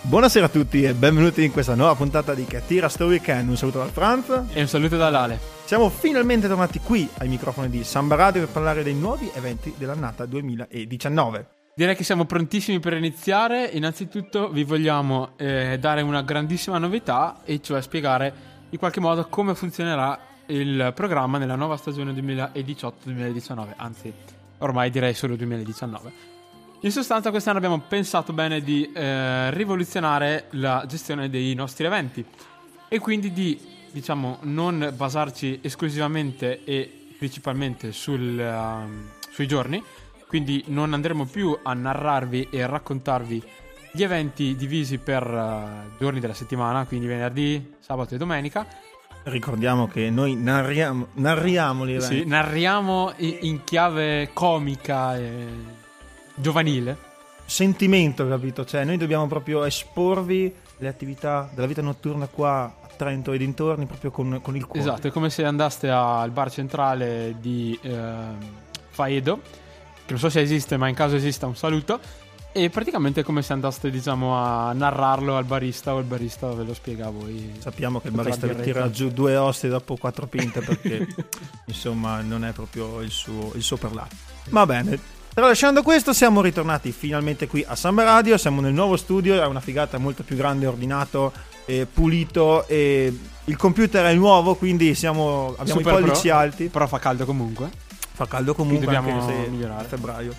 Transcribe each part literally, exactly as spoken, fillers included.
Buonasera a tutti e benvenuti in questa nuova puntata di Che tira sto weekend. Un saluto dal Franz e un saluto dall'Ale. Siamo finalmente tornati qui ai microfoni di Samba Radio per parlare dei nuovi eventi dell'annata duemiladiciannove. Direi che siamo prontissimi per iniziare. Innanzitutto vi vogliamo eh, dare una grandissima novità, e cioè spiegare in qualche modo come funzionerà il programma nella nuova stagione duemiladiciotto duemiladiciannove, anzi ormai direi solo duemiladiciannove. In sostanza quest'anno abbiamo pensato bene di eh, rivoluzionare la gestione dei nostri eventi e quindi di, diciamo, non basarci esclusivamente e principalmente sul, uh, sui giorni. Quindi non andremo più a narrarvi e raccontarvi gli eventi divisi per uh, giorni della settimana, quindi venerdì, sabato e domenica. Ricordiamo che noi narriamo, narriamo gli eventi. Sì, narriamo in, in chiave comica e giovanile. Sentimento, capito? Cioè noi dobbiamo proprio esporvi le attività della vita notturna qua a Trento e dintorni proprio con, con il cuore. Esatto, è come se andaste al bar centrale di eh, Faedo, che non so se esiste, ma in caso esista un saluto, e praticamente è come se andaste, diciamo, a narrarlo al barista, o il barista ve lo spiega a voi. Sappiamo che il barista vi tira giù due osti dopo quattro pinte perché insomma non è proprio il suo, il suo parlare. Va bene. Tralasciando questo, siamo ritornati finalmente qui a Samba Radio, siamo nel nuovo studio, è una figata molto più grande, ordinato, e pulito, e il computer è nuovo, quindi siamo, abbiamo Super i pollici pro, alti. Però fa caldo comunque. Fa caldo comunque, anche se migliorare. È febbraio.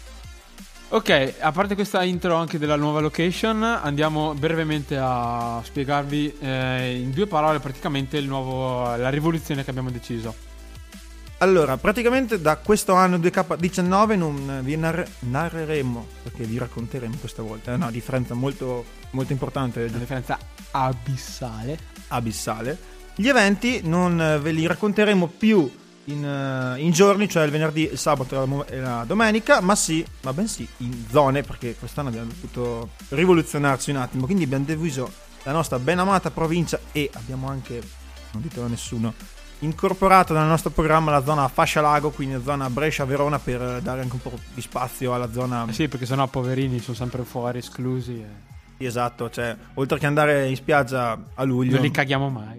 Ok, a parte questa intro anche della nuova location, andiamo brevemente a spiegarvi eh, in due parole praticamente il nuovo, la rivoluzione che abbiamo deciso. Allora, praticamente da questo anno due K diciannove non vi narre- narreremo, perché vi racconteremo questa volta. È una differenza molto, molto importante. Una differenza abissale. Abissale. Gli eventi non ve li racconteremo più in, in giorni, cioè il venerdì, il sabato e la domenica, ma sì, ma bensì in zone, perché quest'anno abbiamo dovuto rivoluzionarci un attimo. Quindi abbiamo diviso la nostra ben amata provincia e abbiamo anche, non ditelo a nessuno, incorporato nel nostro programma la zona Fascia Lago, quindi la zona Brescia-Verona, per dare anche un po' di spazio alla zona. Eh sì, perché sennò poverini sono sempre fuori, esclusi. E... Sì, esatto, cioè oltre che andare in spiaggia a luglio non li caghiamo mai.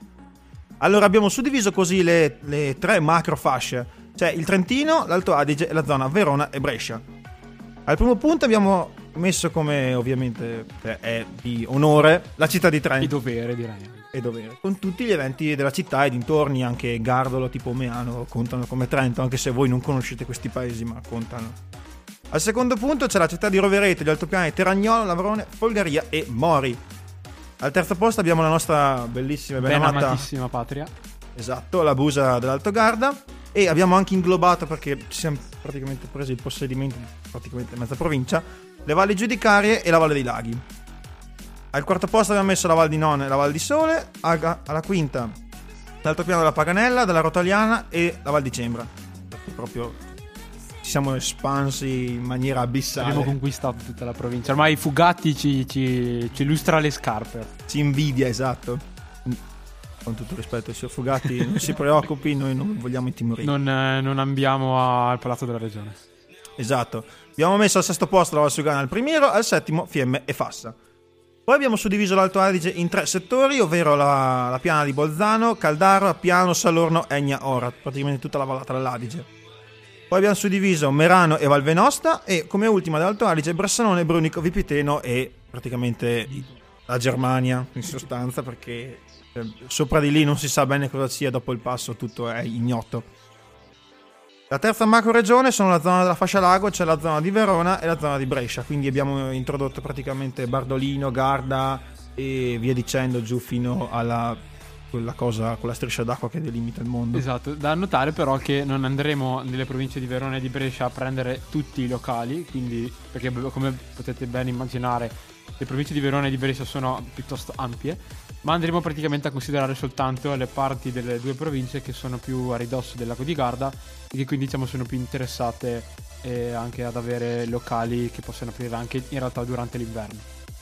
Allora abbiamo suddiviso così le, le tre macro fasce, cioè il Trentino, l'Alto Adige e la zona Verona e Brescia. Al primo punto abbiamo messo, come ovviamente è di onore, la città di Trento. E dovere, direi. E dovere, con tutti gli eventi della città e dintorni, anche Gardolo, tipo Meano, contano come Trento, anche se voi non conoscete questi paesi, ma contano. Al secondo punto c'è la città di Rovereto, gli altopiani Teragnolo, Lavrone, Folgaria e Mori. Al terzo posto abbiamo la nostra bellissima e ben, ben amata, amatissima patria. Esatto, la Busa dell'Alto Garda. E abbiamo anche inglobato, perché ci siamo praticamente presi il possedimento di praticamente mezza provincia, le Valli Giudicarie e la Valle dei Laghi. Al quarto posto abbiamo messo la Val di Non e la Val di Sole. Alla quinta l'altopiano della Paganella, della Rotaliana e la Val di Cembra. Proprio ci siamo espansi in maniera abissale. Abbiamo conquistato tutta la provincia. Ormai Fugatti ci, ci, ci illustra le scarpe. Ci invidia, esatto. Con tutto rispetto ai suoi Fugatti, non si preoccupi, noi non vogliamo intimorire. Non, eh, non ambiamo al Palazzo della Regione. Esatto. Abbiamo messo al sesto posto la Valsugana al Primiero, al settimo Fiemme e Fassa. Poi abbiamo suddiviso l'Alto Adige in tre settori, ovvero la, la piana di Bolzano, Caldaro, Appiano, Salorno, Egna, Orat, praticamente tutta la vallata dell'Adige. Poi abbiamo suddiviso Merano e Valvenosta e come ultima dell'Alto Adige Bressanone, Brunico, Vipiteno e praticamente la Germania in sostanza, perché eh, sopra di lì non si sa bene cosa sia, dopo il passo tutto è ignoto. La terza macro regione sono la zona della Fascia Lago, c'è la zona di Verona e la zona di Brescia, quindi abbiamo introdotto praticamente Bardolino, Garda e via dicendo giù fino alla quella cosa, quella striscia d'acqua che delimita il mondo. Esatto, da notare però che non andremo nelle province di Verona e di Brescia a prendere tutti i locali, quindi perché come potete ben immaginare le province di Verona e di Brescia sono piuttosto ampie, ma andremo praticamente a considerare soltanto le parti delle due province che sono più a ridosso del lago di Garda e che quindi, diciamo, sono più interessate eh, anche ad avere locali che possono aprire anche in realtà durante l'inverno.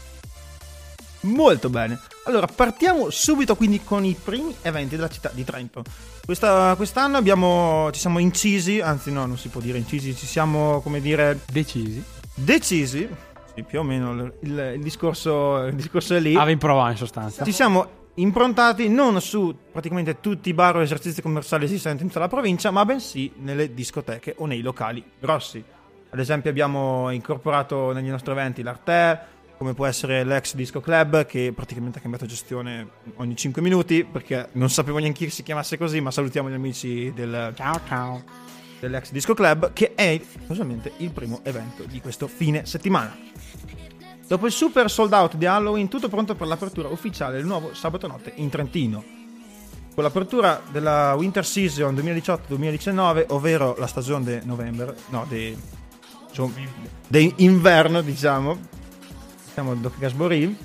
Molto bene. Allora partiamo subito quindi con i primi eventi della città di Trento. Questa, quest'anno abbiamo ci siamo incisi, anzi no, non si può dire incisi, ci siamo, come dire, decisi decisi Sì, più o meno il, il, discorso, il discorso è lì. Ave in prova, in sostanza. Ci siamo improntati non su praticamente tutti i bar o esercizi commerciali esistenti in tutta la provincia, ma bensì nelle discoteche o nei locali grossi. Ad esempio abbiamo incorporato negli nostri eventi l'Arte, come può essere l'ex Disco Club, che praticamente ha cambiato gestione ogni cinque minuti, perché non sapevo neanche che si chiamasse così, ma salutiamo gli amici del... Ciao ciao. dell'ex Disco Club, che è casualmente il primo evento di questo fine settimana. Dopo il super sold out di Halloween, tutto pronto per l'apertura ufficiale del nuovo sabato notte in Trentino. Con l'apertura della Winter Season duemiladiciotto duemiladiciannove, ovvero la stagione de novembre, no, de, cioè, de inverno, diciamo, siamo Doc Gasborin,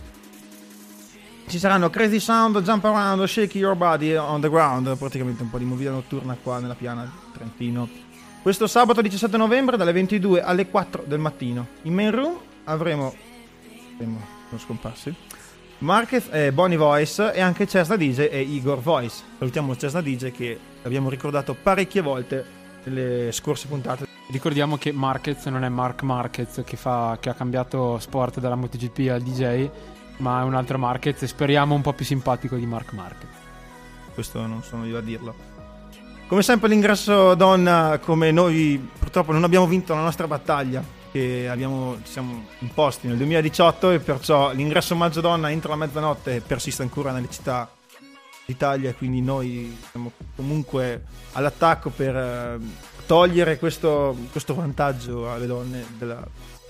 ci saranno Crazy Sound, Jump Around, Shake Your Body on the Ground, praticamente un po' di movida notturna qua nella piana di Trentino. Questo sabato diciassette novembre dalle ventidue alle quattro del mattino. In main room avremo, avremo sono scomparsi, Marquez e Bonnie Voice e anche Cesna D J e Igor Voice. Salutiamo Cesna D J che abbiamo ricordato parecchie volte nelle scorse puntate. Ricordiamo che Marquez non è Mark Marquez che, fa, che ha cambiato sport dalla MotoGP al D J, ma è un altro Marquez e speriamo un po' più simpatico di Mark Marquez. Questo non sono io a dirlo. Come sempre l'ingresso donna, come noi purtroppo non abbiamo vinto la nostra battaglia che abbiamo, ci siamo imposti nel duemiladiciotto, e perciò l'ingresso maggio donna entro la mezzanotte persiste ancora nelle città d'Italia, quindi noi siamo comunque all'attacco per eh, togliere questo, questo vantaggio alle donne della,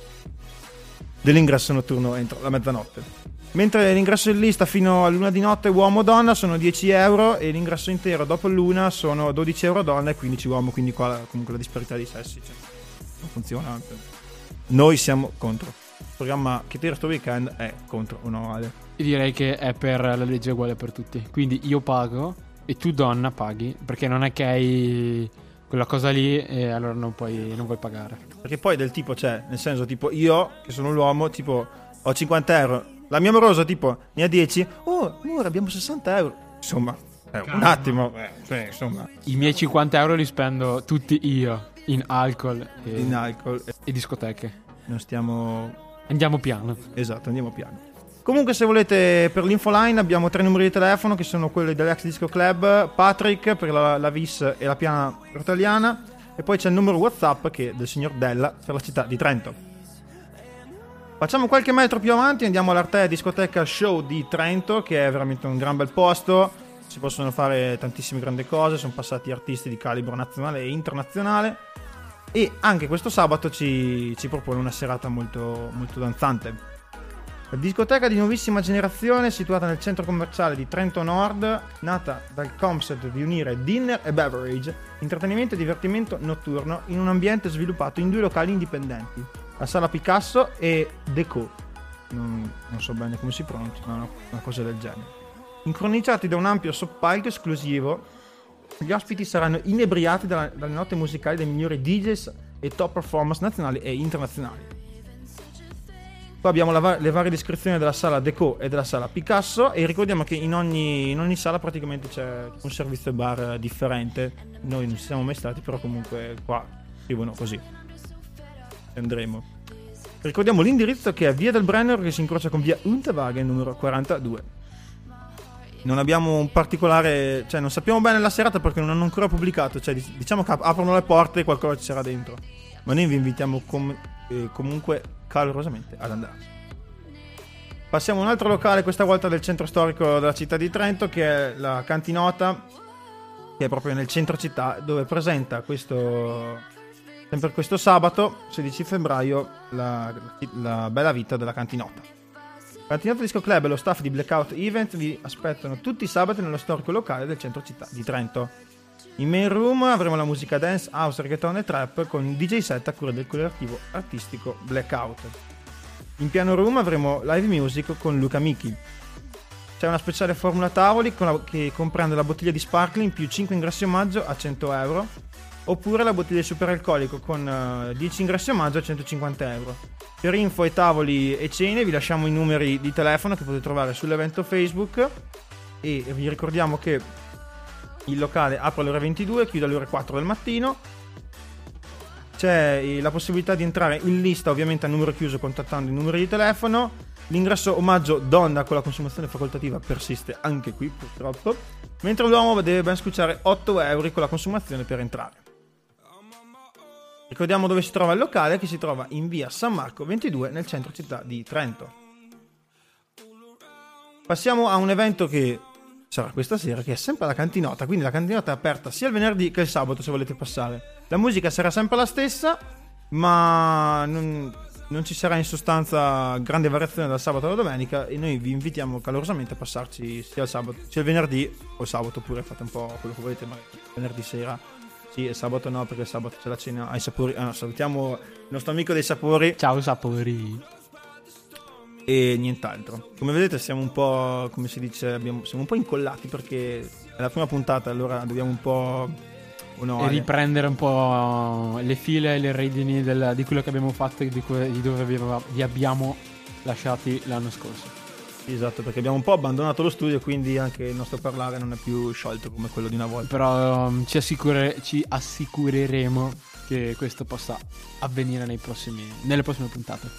dell'ingresso notturno entro la mezzanotte. Mentre l'ingresso in lista fino a luna di notte uomo-donna sono dieci euro e l'ingresso intero dopo l'una sono dodici euro donna e quindici uomo, quindi qua comunque la disparità di sessi, cioè, non funziona. Noi siamo contro. Il programma che tira sto weekend è contro o no, Ale? Direi che è per la legge uguale per tutti, quindi io pago e tu donna paghi, perché non è che hai quella cosa lì e allora non puoi, non puoi pagare. Perché poi del tipo, cioè, nel senso, tipo io che sono l'uomo, tipo ho cinquanta euro, la mia amorosa tipo ne ha dieci, oh amore abbiamo sessanta euro, insomma eh, un attimo, eh, cioè, insomma i miei cinquanta euro li spendo tutti io in alcol e, in alcol e, e discoteche. Non stiamo, andiamo piano. Esatto, andiamo piano. Comunque se volete per l'infoline abbiamo tre numeri di telefono che sono quelli dell'ex Disco Club, Patrick per la, la Vis e la piana rotaliana, e poi c'è il numero WhatsApp che è del signor Della per la città di Trento. Facciamo qualche metro più avanti, andiamo all'Arte Discoteca Show di Trento, che è veramente un gran bel posto, si possono fare tantissime grandi cose, sono passati artisti di calibro nazionale e internazionale, e anche questo sabato ci, ci propone una serata molto, molto danzante. La discoteca di nuovissima generazione, situata nel centro commerciale di Trento Nord, nata dal concept di unire dinner e beverage, intrattenimento e divertimento notturno in un ambiente sviluppato in due locali indipendenti, la Sala Picasso e Deco, non, non so bene come si pronuncia, ma no, una cosa del genere. Incorniciati da un ampio soppalco esclusivo, gli ospiti saranno inebriati dalla, dalle note musicali dei migliori D Js e top performance nazionali e internazionali. Qua abbiamo la, le varie descrizioni della Sala Deco e della Sala Picasso, e ricordiamo che in ogni, in ogni sala praticamente c'è un servizio bar differente. Noi non ci siamo mai stati, però comunque qua scrivono così. Andremo. Ricordiamo l'indirizzo che è via del Brenner, che si incrocia con via Unterwagen numero quarantadue. Non abbiamo un particolare, cioè non sappiamo bene la serata perché non hanno ancora pubblicato, cioè diciamo che aprono le porte e qualcosa ci sarà dentro, ma noi vi invitiamo com- eh, comunque calorosamente ad andarci. Passiamo a un altro locale, questa volta del centro storico della città di Trento, che è la Cantinota, che è proprio nel centro città, dove presenta questo sempre questo sabato sedici febbraio la, la bella vita della Cantinota. Cantinota Disco Club e lo staff di Blackout Event vi aspettano tutti i sabati nello storico locale del centro città di Trento. In main room avremo la musica dance, house, reggaeton e trap con il D J set a cura del collettivo artistico Blackout. In piano room avremo live music con Luca Miki. C'è una speciale formula tavoli con la, che comprende la bottiglia di sparkling più cinque ingressi omaggio a cento euro, oppure la bottiglia di superalcolico con uh, dieci ingressi omaggio a centocinquanta euro. Per info e tavoli e cene vi lasciamo i numeri di telefono che potete trovare sull'evento Facebook, e vi ricordiamo che il locale apre alle ore ventidue, chiude alle ore quattro del mattino. c'è la possibilità di entrare in lista, ovviamente a numero chiuso, contattando i numeri di telefono. L'ingresso omaggio donna con la consumazione facoltativa persiste anche qui, purtroppo, mentre l'uomo deve ben scuciare otto euro con la consumazione per entrare. Ricordiamo dove si trova il locale, che si trova in via San Marco ventidue nel centro città di Trento. Passiamo a un evento che sarà questa sera, che è sempre la cantinota, quindi la cantinota è aperta sia il venerdì che il sabato se volete passare. La musica sarà sempre la stessa, ma non, non ci sarà in sostanza grande variazione dal sabato alla domenica, e noi vi invitiamo calorosamente a passarci sia il sabato, sia il venerdì o il sabato, oppure fate un po' quello che volete, ma venerdì sera sì, il sabato no, perché il sabato c'è la cena ai sapori. Ah, no, salutiamo il nostro amico dei sapori. Ciao sapori. E nient'altro. Come vedete siamo un po', come si dice, abbiamo, siamo un po' incollati perché è la prima puntata, allora dobbiamo un po' e riprendere un po' le file e le redini del, di quello che abbiamo fatto e di, que- di dove vi, vi abbiamo lasciati l'anno scorso. Esatto, perché abbiamo un po' abbandonato lo studio, quindi anche il nostro parlare non è più sciolto come quello di una volta. Però um, ci, assicure- ci assicureremo che questo possa avvenire nei prossimi, nelle prossime puntate.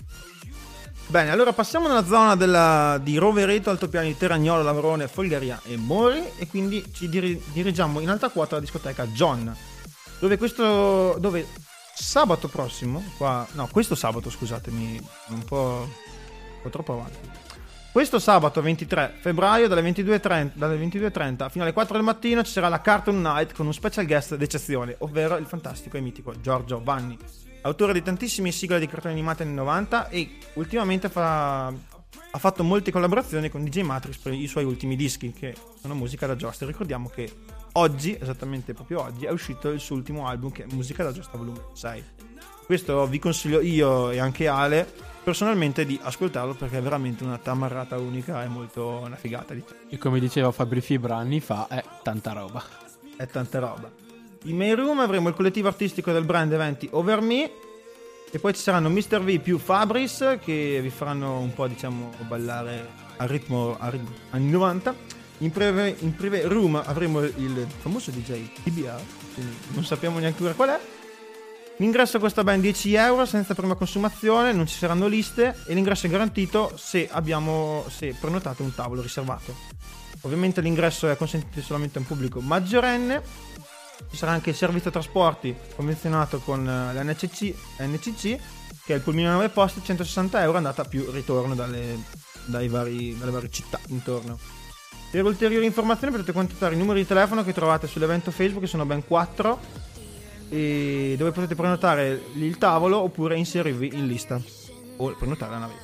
Bene, allora passiamo nella zona della, di Rovereto, Altopiani, Terragnolo, Lavrone, Folgaria e Mori, e quindi ci diri- dirigiamo in alta quota alla discoteca John, dove questo dove sabato prossimo, qua no, questo sabato, scusatemi, un po', un po' troppo avanti. Questo sabato ventitré febbraio dalle ventidue e trenta, dalle ventidue e trenta fino alle quattro del mattino ci sarà la Cartoon Night con un special guest d'eccezione, ovvero il fantastico e mitico Giorgio Vanni, autore di tantissime sigle di cartoni animati anni novanta, e ultimamente fa, ha fatto molte collaborazioni con D J Matrix per i suoi ultimi dischi, che sono musica da giostra. Ricordiamo che oggi, esattamente proprio oggi, è uscito il suo ultimo album, che è Musica da giostra volume sei. Questo vi consiglio io e anche Ale personalmente di ascoltarlo, perché è veramente una tamarrata unica e molto una figata, diciamo. E come diceva Fabri Fibra anni fa, è tanta roba. È tanta roba. In main room avremo il collettivo artistico del brand eventi Over Me, e poi ci saranno mister V più Fabris, che vi faranno un po', diciamo, ballare al ritmo, al ritmo anni novanta. In privé, in privé room avremo il famoso D J T B R, quindi non sappiamo neanche qual è. L'ingresso costa ben dieci euro senza prima consumazione, non ci saranno liste, e l'ingresso è garantito se abbiamo se prenotate un tavolo riservato. Ovviamente l'ingresso è consentito solamente a un pubblico maggiorenne. Ci sarà anche il servizio trasporti convenzionato con l'N C C, N C C, che è il pulmino a nove posti, centosessanta euro andata più ritorno dalle, dai vari, dalle varie città intorno. Per ulteriori informazioni potete contattare i numeri di telefono che trovate sull'evento Facebook, che sono ben quattro, e dove potete prenotare il tavolo oppure inserirvi in lista o prenotare la navetta.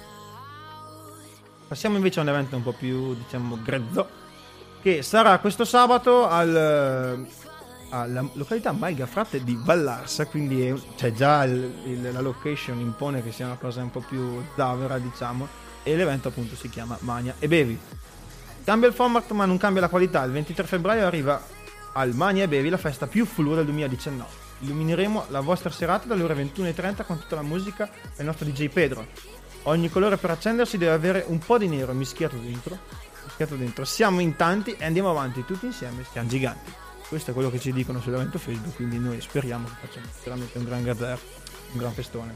Passiamo invece a un evento un po' più, diciamo, grezzo, che sarà questo sabato al, alla località Malgafrate di Vallarsa, quindi è, cioè già il, il, la location impone che sia una cosa un po' più zavera, diciamo, e l'evento appunto si chiama Mania e Bevi. Cambia il format ma non cambia la qualità. Il ventitré febbraio arriva al Mania e Bevi, la festa più fluida del duemiladiciannove. Illumineremo la vostra serata dalle ore ventuno e trenta con tutta la musica del nostro D J Pedro. Ogni colore per accendersi deve avere un po' di nero mischiato dentro. Mischiato dentro. Siamo in tanti e andiamo avanti tutti insieme, siamo giganti. Questo è quello che ci dicono sull'evento Facebook, quindi noi speriamo che facciamo veramente un gran gazzer, un gran festone.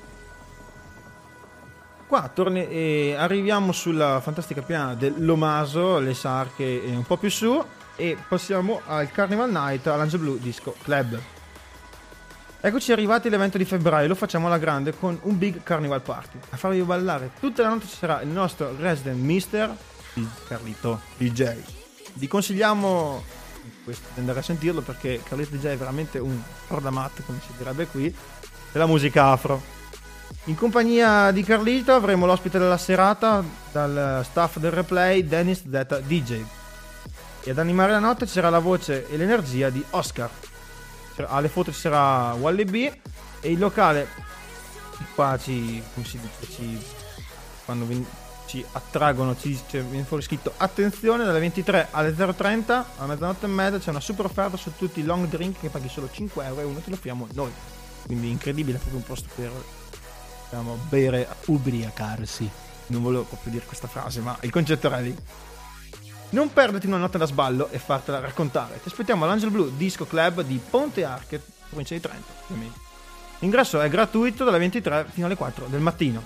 Qua torni, eh, arriviamo sulla fantastica piana dell'Omaso, le Sarche e un po' più su, e passiamo al Carnival Night all'Angel Blue Disco Club. Eccoci arrivati all'evento di febbraio, lo facciamo alla grande con un big carnival party. A farvi ballare tutta la notte ci sarà il nostro resident mister Carlito D J. Vi consigliamo questo, di andare a sentirlo, perché Carlito D J è veramente un ordamat, come si direbbe qui, della musica afro. In compagnia di Carlito avremo l'ospite della serata dal staff del replay, Dennis Zeta D J. E ad animare la notte ci sarà la voce e l'energia di Oscar. Alle foto ci sarà Wally B, e il locale qua ci, come si dice, ci, quando vi, ci attraggono, ci, cioè, viene fuori scritto attenzione, dalle ventitré alle zero trenta, a mezzanotte e mezza c'è una super offerta su tutti i long drink che paghi solo cinque euro e uno te lo offriamo noi, quindi incredibile, proprio un posto per, diciamo, bere, ubriacarsi. Non volevo proprio dire questa frase, ma il concetto era lì. Non perderti una notte da sballo e fartela raccontare. Ti aspettiamo all'Angel Blue Disco Club di Ponte Arche, provincia di Trento, ovviamente. L'ingresso è gratuito dalle ventitré fino alle quattro del mattino.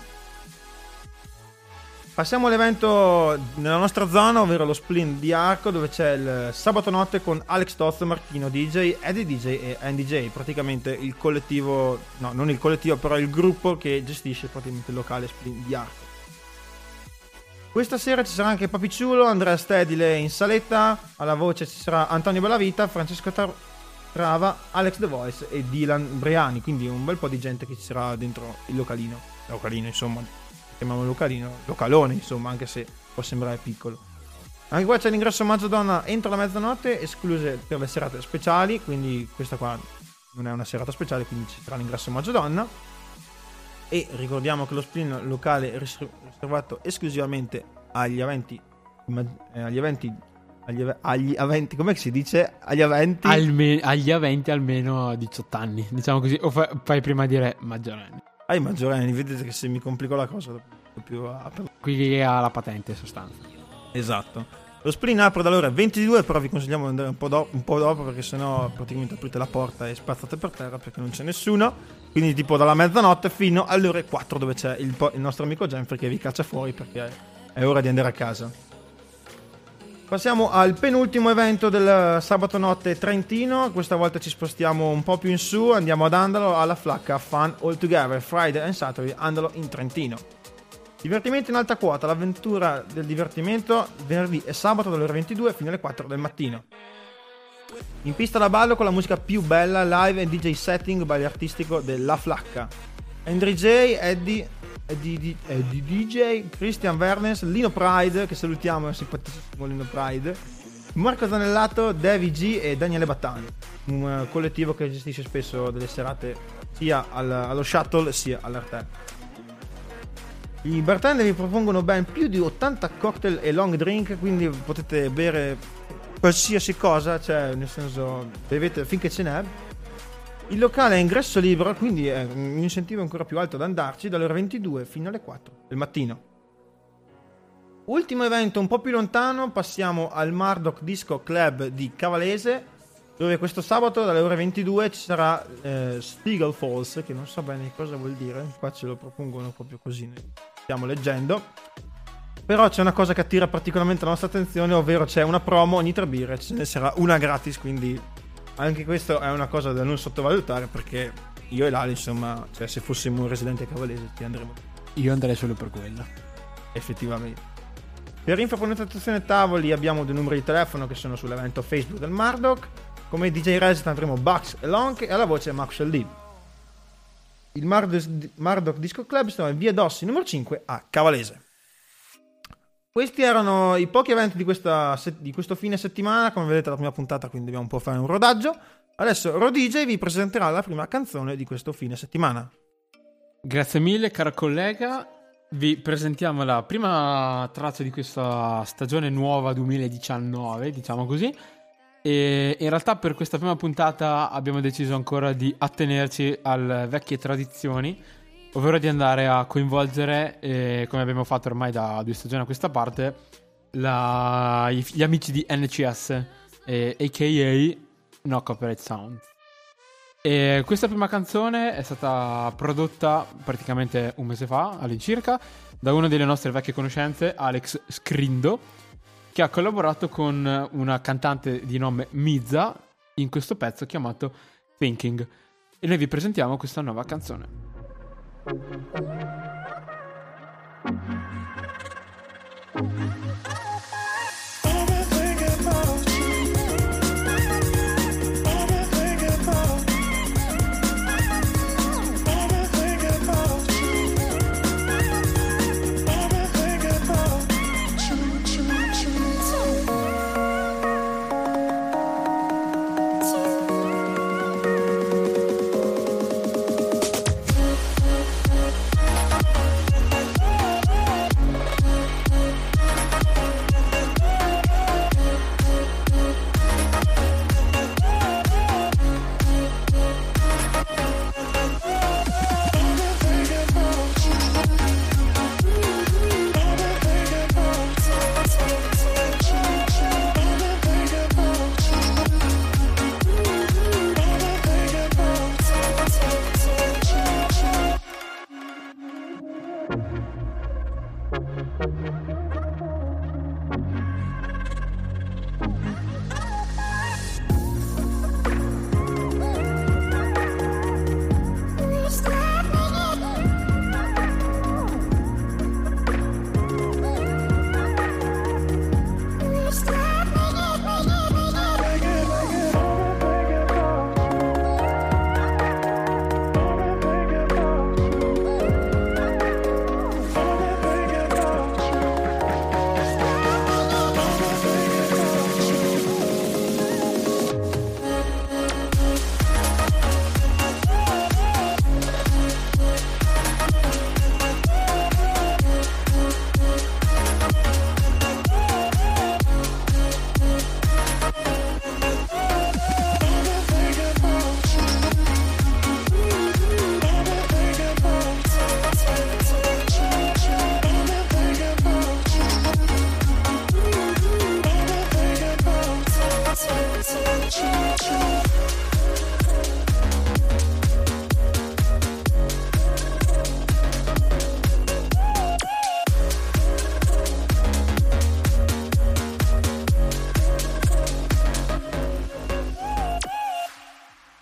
Passiamo all'evento nella nostra zona, ovvero lo Splin di Arco, dove c'è il sabato notte con Alex Tozzo, Martino D J, Eddie D J e Andy J, praticamente il collettivo, no, non il collettivo, però il gruppo che gestisce praticamente il locale Splin di Arco. Questa sera ci sarà anche Papicciulo, Andrea Stedile in saletta, alla voce ci sarà Antonio Bellavita, Francesco Trava, Alex The Voice e Dylan Briani, quindi un bel po' di gente che ci sarà dentro il localino, localino insomma. Chiamiamolo localino, localone insomma, anche se può sembrare piccolo. Anche qua c'è l'ingresso maggio donna entro la mezzanotte, escluse per le serate speciali, quindi questa qua non è una serata speciale, quindi ci sarà l'ingresso maggio donna. E ricordiamo che lo Splin locale è riservato esclusivamente agli aventi eh, agli eventi agli, agli aventi, come si dice? Agli aventi Alme- agli aventi almeno diciotto anni, diciamo così, o fa- fai prima dire maggiorenni. Ai maggiorenni, vedete che se mi complico la cosa dopo più a... Qui ha la patente in sostanza. Esatto. Lo Splin apre dalle ore ventidue, però vi consigliamo di andare un po', do- un po' dopo, perché sennò praticamente aprite la porta e spazzate per terra perché non c'è nessuno. Quindi tipo dalla mezzanotte fino alle ore quattro, dove c'è il, po- il nostro amico Jennifer che vi caccia fuori perché è ora di andare a casa. Passiamo al penultimo evento del sabato notte trentino. Questa volta ci spostiamo un po' più in su, andiamo ad Andalo alla Flacca Fun All Together Friday and Saturday Andalo in Trentino. Divertimento in alta quota, l'avventura del divertimento venerdì e sabato dalle ore ventidue fino alle quattro del mattino. In pista da ballo con la musica più bella, live e D J setting balli artistico della Flacca. Andrew J, Eddie Eddie, Eddie D J, Christian Vernes, Lino Pride, che salutiamo, è simpaticissimo Lino Pride, Marco Zanellato, Davy G e Daniele Battani, un collettivo che gestisce spesso delle serate sia al, allo Shuttle sia all'Arte. I bartender vi propongono ben più di ottanta cocktail e long drink, quindi potete bere qualsiasi cosa, cioè nel senso bevete finché ce n'è. Il locale è ingresso libero, quindi è un incentivo ancora più alto ad andarci dalle ore ventidue fino alle quattro del mattino. Ultimo evento un po' più lontano, passiamo al Murdoch Disco Club di Cavalese, dove questo sabato dalle ore ventidue ci sarà eh, Spiegel Falls, che non so bene cosa vuol dire, qua ce lo propongono proprio così, ne stiamo leggendo. Però c'è una cosa che attira particolarmente la nostra attenzione, ovvero c'è una promo ogni tre birre, ce ne sarà una gratis, quindi anche questo è una cosa da non sottovalutare, perché io e Lali, insomma, cioè se fossimo un residente cavalese ti andremo. Io andrei solo per quello. Effettivamente. Per info, prenotazione tavoli abbiamo dei numeri di telefono che sono sull'evento Facebook del Murdoch. Come D J Resident avremo Bugs e Lonk e alla voce Max L D. Il Murdoch Disco Club sta in via Dossi numero cinque a Cavalese. Questi erano i pochi eventi di, questa, di questo fine settimana. Come vedete la prima puntata, quindi dobbiamo un po' fare un rodaggio. Adesso RoDJ vi presenterà la prima canzone di questo fine settimana. Grazie mille caro collega. Vi presentiamo la prima traccia di questa stagione nuova duemiladiciannove, diciamo così. E in realtà per questa prima puntata abbiamo deciso ancora di attenerci alle vecchie tradizioni, ovvero di andare a coinvolgere, eh, come abbiamo fatto ormai da due stagioni a questa parte, la, gli amici di N C S, eh, a k a. No Copyright Sound. E questa prima canzone è stata prodotta praticamente un mese fa, all'incirca, da una delle nostre vecchie conoscenze, Alex Scrindo, che ha collaborato con una cantante di nome Mizza in questo pezzo chiamato Thinking. E noi vi presentiamo questa nuova canzone.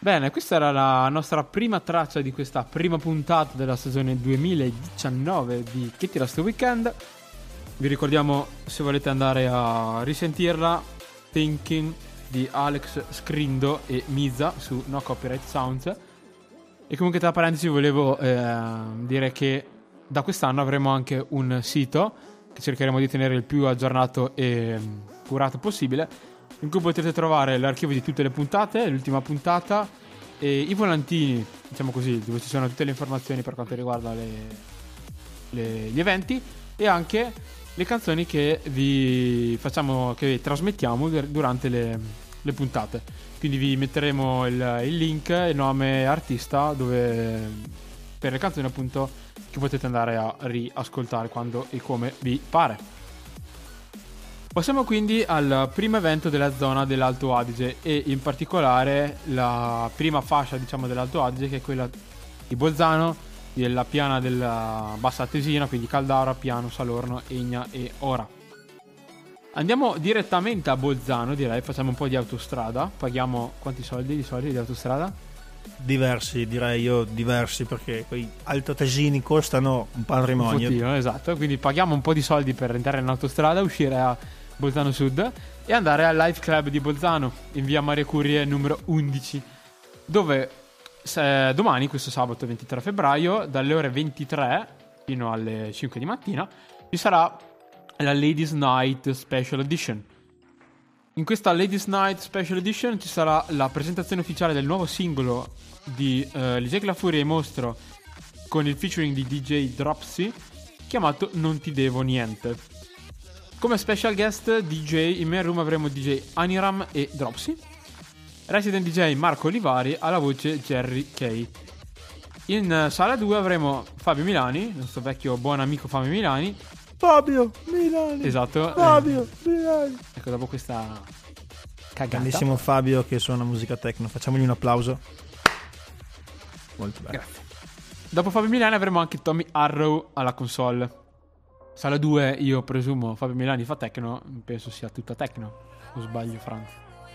Bene, questa era la nostra prima traccia di questa prima puntata della stagione duemiladiciannove di Chi tira sto weekend. Vi ricordiamo, se volete andare a risentirla, Thinking di Alex Scrindo e Miza su No Copyright Sounds. E comunque, tra parentesi, volevo eh, dire che da quest'anno avremo anche un sito che cercheremo di tenere il più aggiornato e curato possibile, in cui potete trovare l'archivio di tutte le puntate, l'ultima puntata e i volantini, diciamo così, dove ci sono tutte le informazioni per quanto riguarda le, le, gli eventi, e anche le canzoni che vi facciamo, che vi trasmettiamo durante le, le puntate. Quindi vi metteremo il, il link, il nome artista, dove per le canzoni appunto che potete andare a riascoltare quando e come vi pare. Passiamo quindi al primo evento della zona dell'Alto Adige, e in particolare la prima fascia, diciamo, dell'Alto Adige, che è quella di Bolzano, della piana della Bassa Atesina, quindi Caldara, Piano, Salorno, Egna e Ora. Andiamo direttamente a Bolzano, direi, facciamo un po' di autostrada. Paghiamo quanti soldi di soldi di autostrada? Diversi, direi io, diversi, perché quei altoatesini costano un patrimonio. Un fottino, esatto, quindi paghiamo un po' di soldi per entrare in autostrada, uscire a Bolzano Sud e andare al Life Club di Bolzano in via Maria Curie numero undici, dove se, domani, questo sabato ventitré febbraio, dalle ore ventitré fino alle cinque di mattina, ci sarà la Ladies Night Special Edition. In questa Ladies Night Special Edition ci sarà la presentazione ufficiale del nuovo singolo di uh, Ligeia Clafuria e Mostro, con il featuring di D J Dropsy, chiamato Non ti devo niente. Come special guest D J in main room avremo D J Aniram e Dropsy, resident D J Marco Olivari, alla voce Jerry Kay. In uh, sala due avremo Fabio Milani, il nostro vecchio buon amico Fabio Milani. Fabio Milani. Esatto. Fabio eh, Milani. Ecco, dopo questa cagata. Grandissimo Fabio che suona musica techno. Facciamogli un applauso. Molto bello. Grazie. Dopo Fabio Milani avremo anche Tommy Arrow alla console. Sala due, io presumo Fabio Milani fa techno, penso sia tutta techno. O sbaglio, Franz?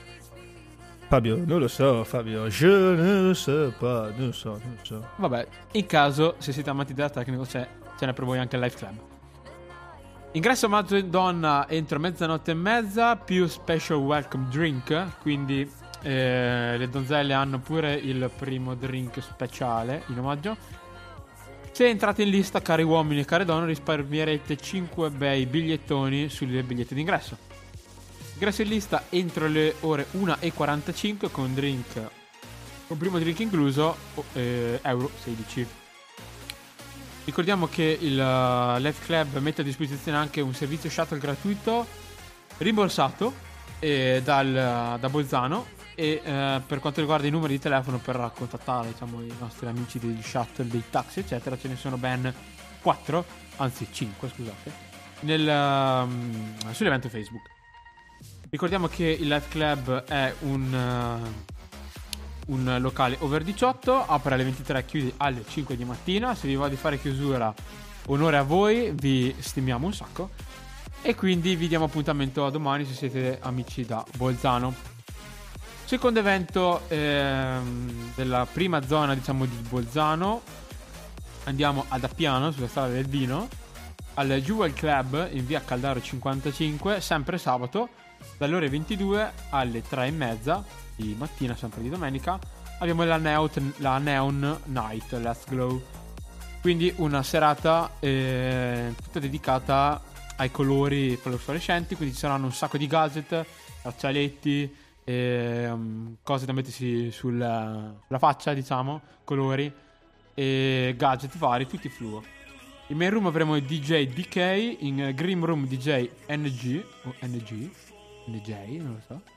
Fabio, non lo so, Fabio. Je ne sais pas, non so, non so. Vabbè, in caso, se siete amanti della techno, c'è, ce n'è per voi anche il Life Club. Ingresso omaggio in donna entro mezzanotte e mezza, più special welcome drink, quindi eh, le donzelle hanno pure il primo drink speciale in omaggio. Se entrate in lista, cari uomini e care donne, risparmierete cinque bei bigliettoni sulle bigliette d'ingresso. Ingresso in lista entro le ore una e quarantacinque con drink, con primo drink incluso, eh, euro sedici. Ricordiamo che il uh, Life Club mette a disposizione anche un servizio shuttle gratuito rimborsato eh, dal, uh, da Bolzano, e uh, per quanto riguarda i numeri di telefono per contattare, diciamo, i nostri amici degli shuttle, dei taxi eccetera, ce ne sono ben quattro, anzi cinque, scusate, nel, um, sull'evento Facebook. Ricordiamo che il Life Club è un... Uh, un locale over diciotto, apre alle ventitré, chiude alle cinque di mattina. Se vi va di fare chiusura, onore a voi, vi stimiamo un sacco, e quindi vi diamo appuntamento a domani se siete amici da Bolzano. Secondo evento ehm, della prima zona, diciamo, di Bolzano, andiamo ad Appiano sulla strada del vino, al Jewel Club in via Caldaro cinquantacinque, sempre sabato dalle ore ventidue alle tre e mezza di mattina, sempre di domenica. Abbiamo la Neon, la Neon Night Let's Glow, quindi una serata eh, tutta dedicata ai colori fluorescenti, quindi ci saranno un sacco di gadget, braccialetti, eh, cose da mettersi sulla, sulla faccia, diciamo, colori e gadget vari, tutti fluo. In main room avremo il D J D K, in green room D J N G o N G N J, non lo so.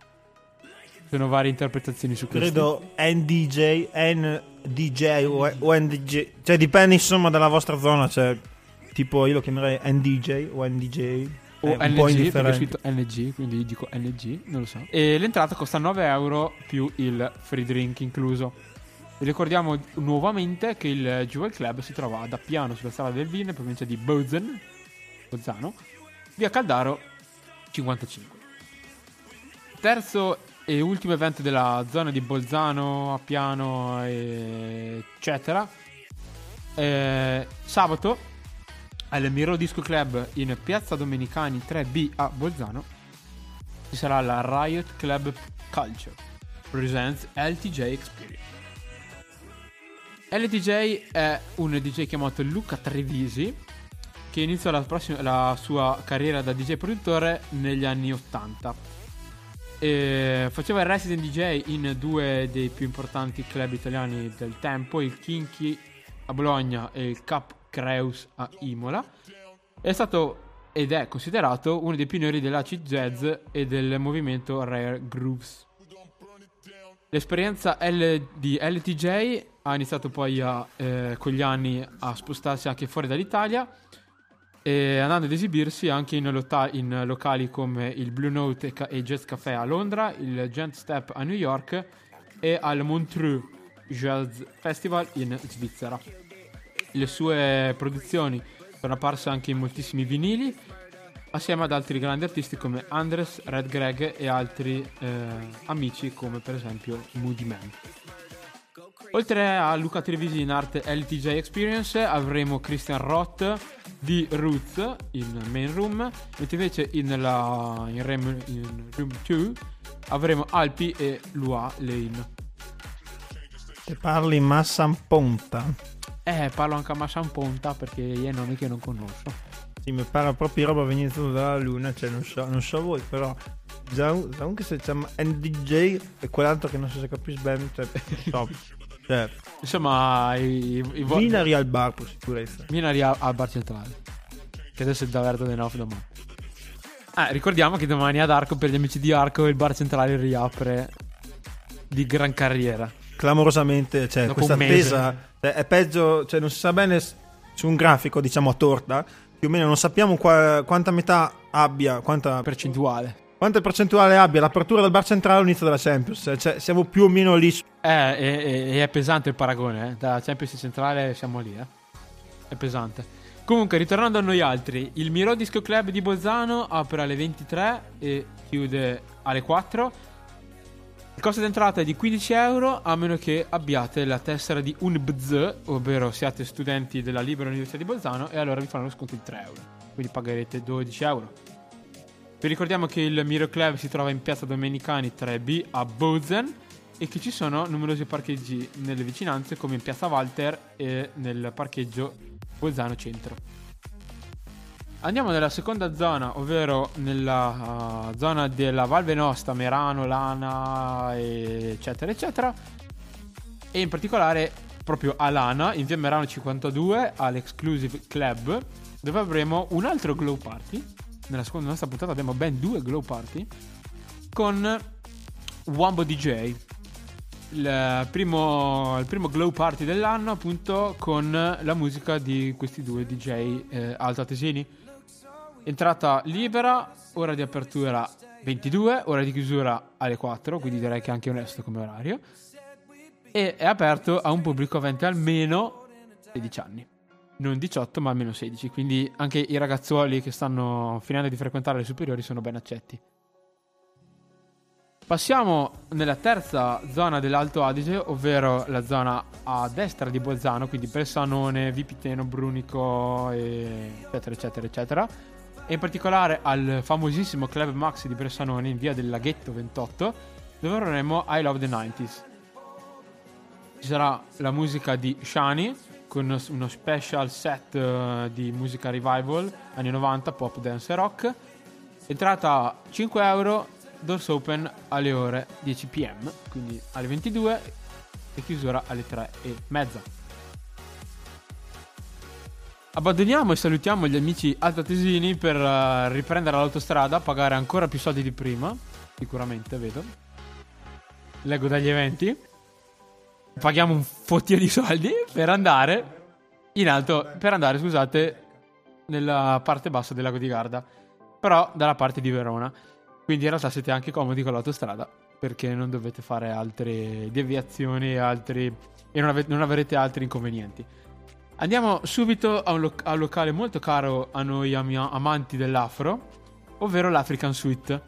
Sono varie interpretazioni su questo. Credo N D J, N D J o, o N D J, cioè dipende insomma dalla vostra zona, cioè tipo io lo chiamerei N D J o N D J o N G, perché è scritto N G, quindi dico N G, non lo so. E l'entrata costa nove euro più il free drink incluso. Vi ricordiamo nuovamente che il Jewel Club si trova ad Appiano sulla strada del vino, in provincia di Bozen, Bolzano, via Caldaro cinquantacinque. Terzo e ultimo evento della zona di Bolzano, Appiano, e eccetera. Eh, sabato al Miro Disco Club in Piazza Domenicani tre B a Bolzano ci sarà la Riot Club Culture Presents L T J Experience. L T J è un D J chiamato Luca Trevisi che iniziò la, prossima, la sua carriera da D J produttore negli anni ottanta. E faceva il resident D J in due dei più importanti club italiani del tempo, il Kinky a Bologna e il Cap Creus a Imola. È stato ed è considerato uno dei pionieri dell'acid jazz e del movimento Rare Grooves. L'esperienza L- di L T J ha iniziato poi a, eh, con gli anni a spostarsi anche fuori dall'Italia, e andando ad esibirsi anche in, lota- in locali come il Blue Note e, ca- e Jazz Café a Londra, il Gent Step a New York e al Montreux Jazz Festival in Svizzera. Le sue produzioni sono apparse anche in moltissimi vinili, assieme ad altri grandi artisti come Andres, Red Greg e altri eh, amici come per esempio Moody Man. Oltre a Luca Trevisi in arte L T J Experience avremo Christian Roth di Roots in Main Room, mentre invece in, la, in, Rem, in Room due avremo Alpi e Lua Lane. E parli Massamponta. Eh, parlo anche a Massamponta perché io nomi che non conosco. Sì, mi pare proprio roba venuta dalla luna, cioè non so, non so voi, però già, già anche se c'è N D J e quell'altro che non so se capisci bene, cioè, non so, cioè, insomma, i, i vo- Minari al bar per sicurezza. Minari al bar centrale, che adesso è aperto dei off domani. Eh, ricordiamo che domani ad Arco, per gli amici di Arco, il bar centrale riapre di gran carriera. Clamorosamente, cioè, Dopo questa un mese. attesa cioè, è peggio, cioè non si sa bene su un grafico, diciamo a torta, più o meno non sappiamo qua, quanta metà abbia, quanta Percentuale. quanta percentuale abbia l'apertura del bar centrale all'inizio della Champions, cioè siamo più o meno lì. Eh, e, e è pesante il paragone, eh. Da Champions Centrale siamo lì, eh. È pesante. Comunque, ritornando a noi altri, il Miro Disco Club di Bolzano apre alle ventitré e chiude alle quattro. Il costo d'entrata è di quindici euro, a meno che abbiate la tessera di U N B Z, ovvero siate studenti della Libera Università di Bolzano, e allora vi fanno lo sconto di tre euro, quindi pagherete dodici euro. Vi ricordiamo che il Miro Club si trova in Piazza Domenicani tre B a Bozen e che ci sono numerosi parcheggi nelle vicinanze, come in Piazza Walter e nel parcheggio Bolzano Centro. Andiamo nella seconda zona, ovvero nella uh, zona della Val Venosta, Merano, Lana, eccetera, eccetera. E in particolare proprio a Lana, in via Merano cinquantadue, all'Exclusive Club, dove avremo un altro Glow Party. Nella seconda nostra puntata abbiamo ben due Glow Party con Wombo D J. Il primo, il primo Glow Party dell'anno, appunto, con la musica di questi due D J eh, altoatesini. Entrata libera, ora di apertura ventidue, ora di chiusura alle quattro, quindi direi che è anche onesto come orario. E è aperto a un pubblico avente almeno sedici anni, non diciotto ma almeno sedici, quindi anche i ragazzuoli che stanno finendo di frequentare le superiori sono ben accetti. Passiamo nella terza zona dell'Alto Adige, ovvero la zona a destra di Bolzano, quindi Bressanone, Vipiteno, Brunico, eccetera, eccetera, eccetera. E in particolare al famosissimo Club Max di Bressanone in via del Laghetto ventotto, dove avremo I Love the novanta. Ci sarà la musica di Shani con uno special set uh, di musica revival anni novanta, pop, dance e rock. Entrata cinque euro, doors open alle ore dieci p m, quindi alle ventidue, e chiusura alle tre e mezza. Abbandoniamo e salutiamo gli amici altoatesini per uh, riprendere l'autostrada, pagare ancora più soldi di prima, sicuramente, vedo. Leggo dagli eventi. Paghiamo un fottio di soldi per andare in alto, per andare, scusate, nella parte bassa del lago di Garda, però dalla parte di Verona. Quindi in realtà siete anche comodi con l'autostrada, perché non dovete fare altre deviazioni e, altri, e non, ave- non avrete altri inconvenienti. Andiamo subito a un, lo- a un locale molto caro a noi am- amanti dell'afro, ovvero l'African Suite.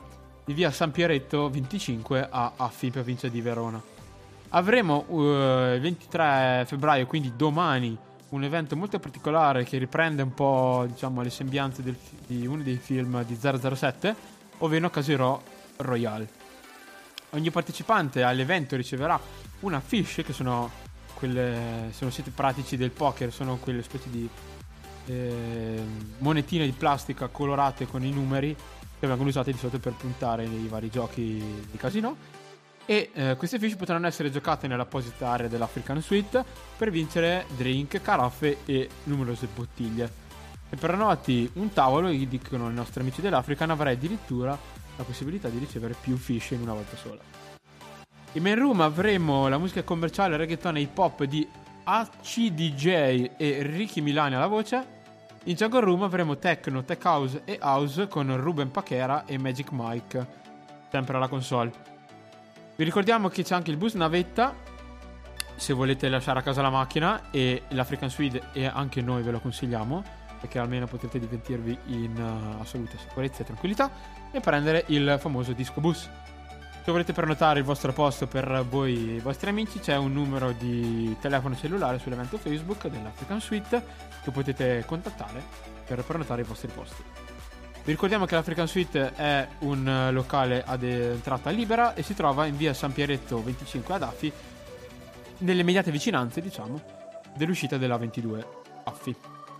di via San Pieretto venticinque a Affi, in provincia di Verona. Avremo uh, il ventitré febbraio, quindi domani, un evento molto particolare che riprende un po', diciamo, le sembianze del, di uno dei film di zero zero sette, ovvero Casino Royale. Ogni partecipante all'evento riceverà una fiche, che sono quelle, sono siete pratici del poker, sono quelle specie di eh, monetine di plastica colorate con i numeri che vengono usate di solito per puntare nei vari giochi di casino. E eh, queste fiche potranno essere giocate nell'apposita area dell'African Suite per vincere drink, caraffe e numerose bottiglie. E per noti un tavolo, gli dicono i nostri amici dell'African, avrà addirittura la possibilità di ricevere più fiche in una volta sola. In main room avremo la musica commerciale, reggaeton e hip hop di A C D J e Ricky Milani alla voce. In jungle room avremo techno, tech house e house con Ruben Paquera e Magic Mike, sempre alla console. Vi ricordiamo che c'è anche il bus navetta se volete lasciare a casa la macchina, e l'African Suite, e anche noi ve lo consigliamo, perché almeno potete divertirvi in uh, assoluta sicurezza e tranquillità e prendere il famoso disco bus. Se volete prenotare il vostro posto per voi e i vostri amici, c'è un numero di telefono cellulare sull'evento Facebook dell'African Suite che potete contattare per prenotare i vostri posti. Vi ricordiamo che l'African Suite è un locale ad entrata libera e si trova in via San Pieretto venticinque ad Affi, nelle immediate vicinanze, diciamo, dell'uscita della ventidue Affi.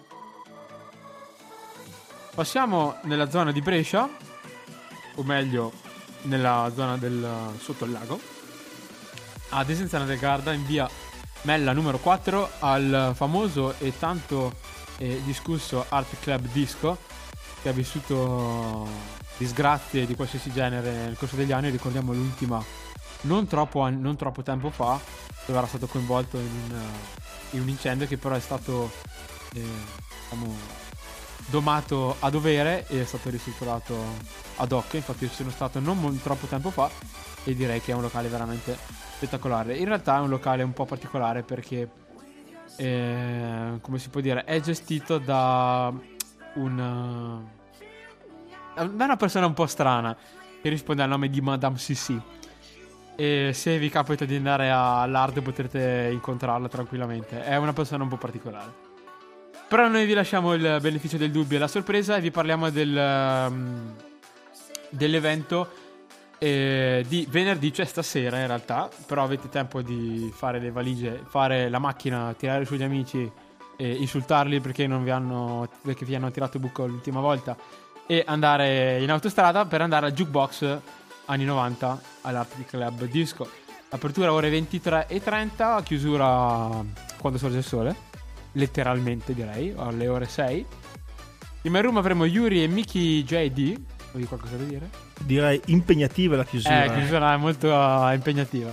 Passiamo nella zona di Brescia, o meglio nella zona del sotto il lago, a Desenzano del Garda, in via Mella numero quattro, al famoso e tanto eh, discusso Art Club Disco, che ha vissuto disgrazie di qualsiasi genere nel corso degli anni. Ricordiamo l'ultima non troppo, non troppo tempo fa, dove era stato coinvolto in un, in un incendio che però è stato eh, diciamo domato a dovere e è stato ristrutturato ad hoc. Infatti io sono stato non molto troppo tempo fa e direi che è un locale veramente spettacolare. In realtà è un locale un po' particolare perché eh, come si può dire, è gestito da un da una persona un po' strana che risponde al nome di Madame Sissi, e se vi capita di andare all'Hard potrete incontrarla tranquillamente. È una persona un po' particolare. Però noi vi lasciamo il beneficio del dubbio e la sorpresa e vi parliamo del, um, dell'evento eh, di venerdì, cioè stasera in realtà. Però avete tempo di fare le valigie, fare la macchina, tirare su gli amici e insultarli perché non vi hanno, perché vi hanno tirato buco l'ultima volta, e andare in autostrada per andare al Jukebox anni novanta all'Art Club Disco. Apertura ore ventitré e trenta, chiusura quando sorge il sole, letteralmente direi, alle ore sei. In main room avremo Yuri e Mickey J D. Vuoi qualcosa da dire? Direi impegnativa la chiusura. Eh, la chiusura è molto uh, impegnativa.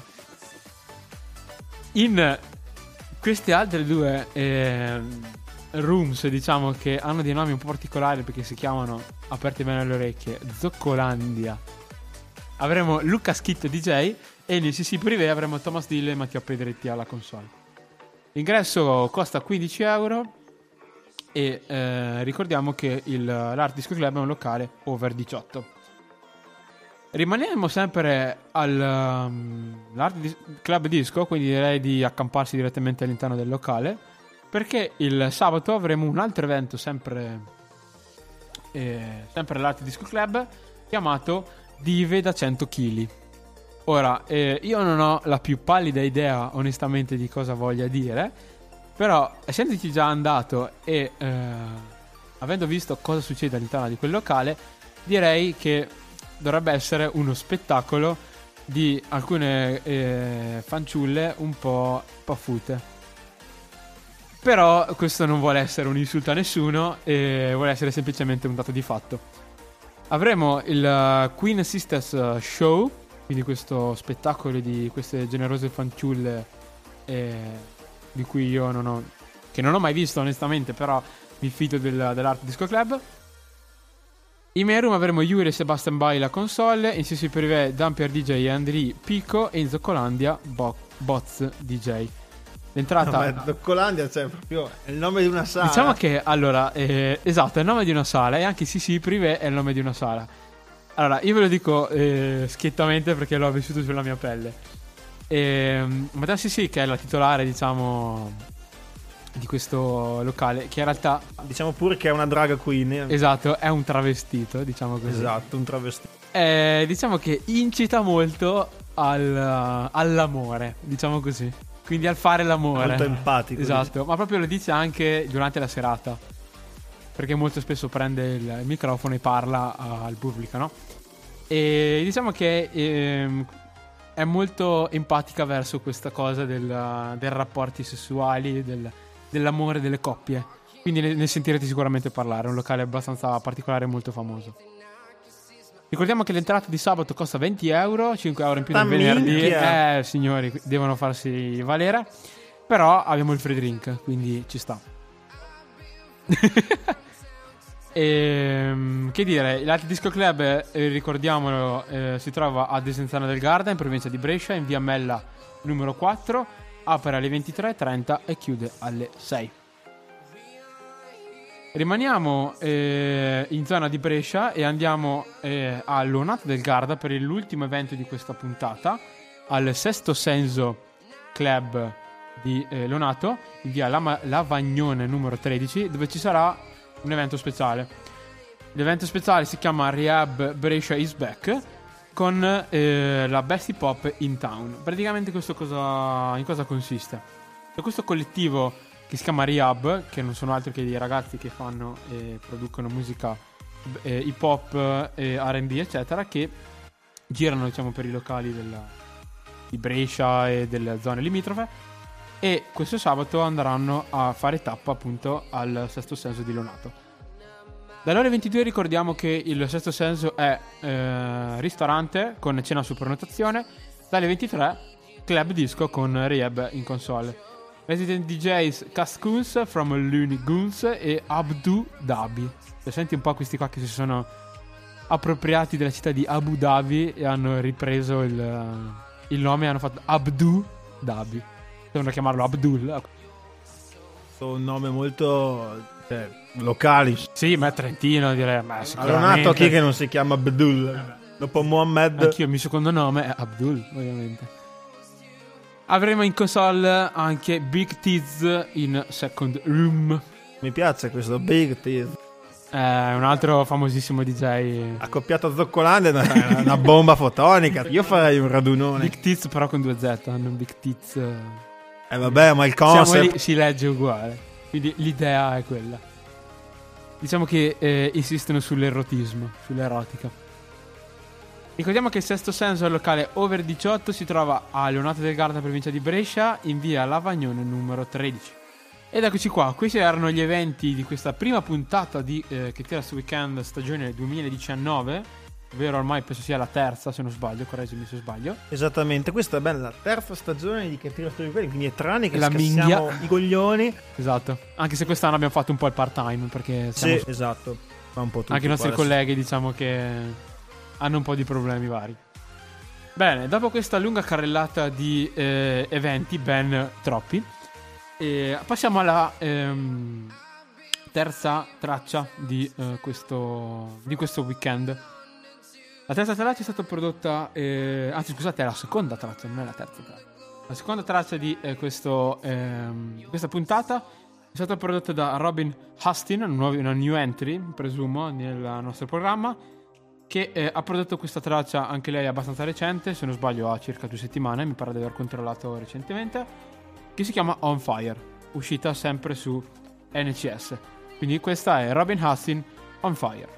In queste altre due eh, rooms, diciamo, che hanno dei nomi un po' particolari perché si chiamano, aperti bene le orecchie, Zoccolandia, avremo Luca Schitto D J, e in C C Privé avremo Thomas Dille e Matteo Pedretti alla console. L'ingresso costa quindici euro e eh, ricordiamo che il, l'Art Disco Club è un locale over diciotto. Rimaniamo sempre al um, l'Art Dis- Club Disco, quindi direi di accamparsi direttamente all'interno del locale, perché il sabato avremo un altro evento sempre, eh, sempre all'Art Disco Club, chiamato Dive da cento chili. Ora, eh, io non ho la più pallida idea onestamente di cosa voglia dire, però essendoci già andato e eh, avendo visto cosa succede all'interno di quel locale, direi che dovrebbe essere uno spettacolo di alcune eh, fanciulle un po' paffute. Però questo non vuole essere un insulto a nessuno, e vuole essere semplicemente un dato di fatto. Avremo il uh, Queen Sisters Show, quindi questo spettacolo di queste generose fanciulle eh, di cui io non ho, che non ho mai visto onestamente, però mi fido del, dell'Art Disco Club. In main room avremo Yuri e Sebastian Bai la console, in C C Privé Dampier D J e Andri Pico, e in Zoccolandia Bo- Boz D J. L'entrata, no, Zoccolandia, cioè proprio è il nome di una sala. Diciamo che allora eh, esatto, è il nome di una sala, e anche C C Privé è il nome di una sala. Allora, io ve lo dico eh, schiettamente perché l'ho vissuto sulla mia pelle. Ehm, Madame Sissi, che è la titolare, diciamo, di questo locale, che in realtà, Diciamo pure che è una drag queen. esatto, è un travestito, diciamo così. Esatto, un travestito. Eh, diciamo che incita molto al, all'amore, diciamo così. Quindi al fare l'amore. Molto empatico. Esatto, ma proprio lo dice anche durante la serata. Perché molto spesso prende il microfono e parla al pubblico, no? E diciamo che ehm, è molto empatica verso questa cosa del, del rapporti sessuali, del, dell'amore delle coppie. Quindi ne, ne sentirete sicuramente parlare. È un locale abbastanza particolare e molto famoso. Ricordiamo che l'entrata di sabato costa venti euro, cinque euro in più del Ah, venerdì. minchia. Eh, signori, devono farsi valere. Però abbiamo il free drink, quindi ci sta. E, che dire, l'Art Disco Club, eh, ricordiamolo, eh, si trova a Desenzano del Garda, in provincia di Brescia, in via Mella numero quattro. Apre alle ventitré e trenta e chiude alle sei. Rimaniamo eh, in zona di Brescia e andiamo eh, a Lonato del Garda per l'ultimo evento di questa puntata, al Sesto Senso Club di eh, Lonato, in via Lama- Lavagnone numero tredici, dove ci sarà un evento speciale. L'evento speciale si chiama Rehab Brescia is Back, con eh, la Best Hip Hop in Town. Praticamente questo cosa, in cosa consiste? È questo collettivo che si chiama Rehab, che non sono altro che dei ragazzi che fanno e producono musica eh, hip hop, eh, R and B eccetera, che girano, diciamo, per i locali della, di Brescia e delle zone limitrofe. E questo sabato andranno a fare tappa appunto al Sesto Senso di Lonato. Dalle ore ventidue ricordiamo che il Sesto Senso è eh, ristorante con cena su prenotazione. Dalle ventitré club disco con Rehab in console. Resident D Js Cascoons from Looney Goons e Abu Dhabi. Se senti un po' questi qua che si sono appropriati della città di Abu Dhabi e hanno ripreso il, il nome e hanno fatto Abdu Dhabi. Devono chiamarlo Abdul. Un nome molto cioè, locali. Sì, ma è trentino, direi. Ma Allora nato chi che non si chiama Abdul? Dopo Mohammed. Anch'io, il mio secondo nome è Abdul, ovviamente. Avremo in console anche Big Tiz in Second Room. Mi piace questo Big Tiz. È un altro famosissimo D J. Accoppiato a Zoccolande è una, una bomba fotonica. Io farei un radunone. Big Tiz però con due Z, non Big Tiz. Eh vabbè, ma il Siamo concept lì, si legge uguale. Quindi l'idea è quella. Diciamo che eh, insistono sull'erotismo, sull'erotica. Ricordiamo che il Sesto Senso è il locale over diciotto, si trova a Leonato del Garda, provincia di Brescia, in via Lavagnone numero tredici. Ed eccoci qua, questi erano gli eventi di questa prima puntata di eh, Che Tira Sto Weekend stagione duemiladiciannove, ovvero ormai penso sia la terza, se non sbaglio, correggimi se sbaglio. Esattamente, questa è bella la terza stagione di Che Tira Sto Weekend, quindi è tre anni che La scassiamo minghia. i coglioni. Esatto, anche se quest'anno abbiamo fatto un po' il part time, perché siamo Sì, esatto. Ma un po' tutti anche i nostri qua adesso. colleghi, diciamo che hanno un po' di problemi vari. Bene, dopo questa lunga carrellata di eh, eventi, ben troppi, eh, passiamo alla ehm, terza traccia di, eh, questo, di questo weekend. La terza traccia è stata prodotta, eh, anzi scusate, è la seconda traccia, non è la terza traccia. La seconda traccia di eh, questo, ehm, questa puntata è stata prodotta da Robin Hustin, un nuovo- una new entry, presumo, nel nostro programma, che eh, ha prodotto questa traccia, anche lei abbastanza recente, se non sbaglio ha circa due settimane, mi pare di aver controllato recentemente, che si chiama On Fire, uscita sempre su N C S. Quindi questa è Robin Hustin, On Fire.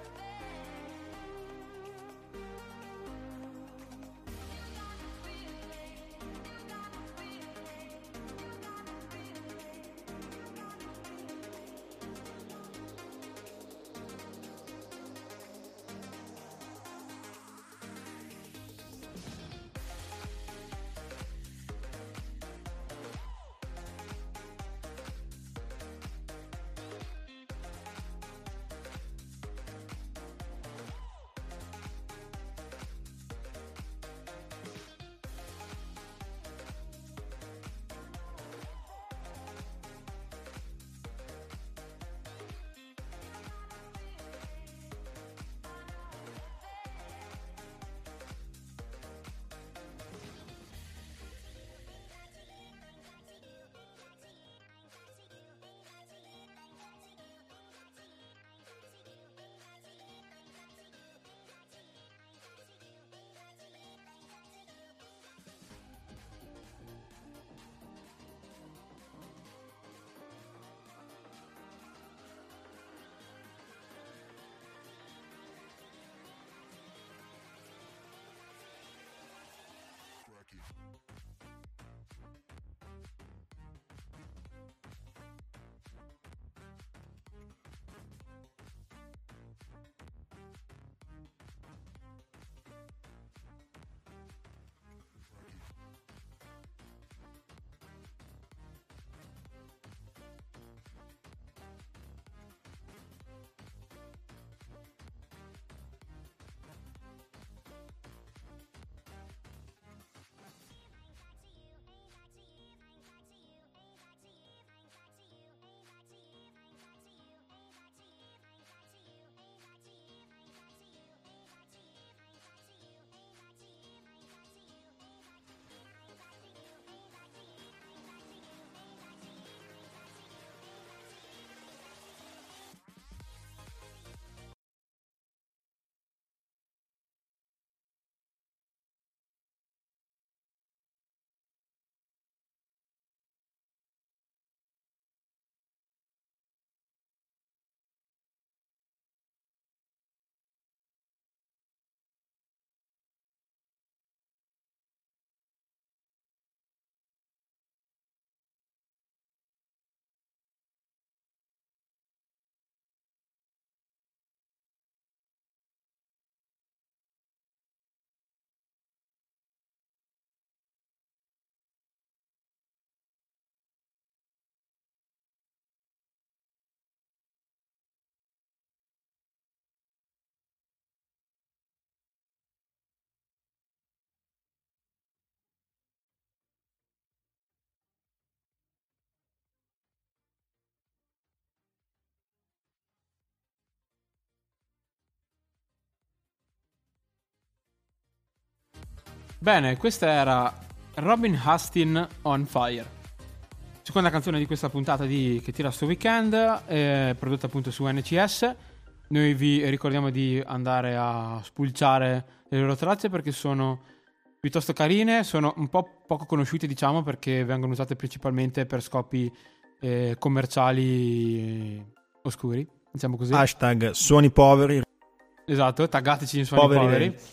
Bene, questa era Robin Hustin on Fire, seconda canzone di questa puntata di Che tira sto weekend, eh, prodotta appunto su N C S. Noi vi ricordiamo di andare a spulciare le loro tracce perché sono piuttosto carine, sono un po' poco conosciute, diciamo, perché vengono usate principalmente per scopi eh, commerciali oscuri, diciamo così. Hashtag suoni poveri. Esatto, taggateci in suoni Poveri poveri, venti.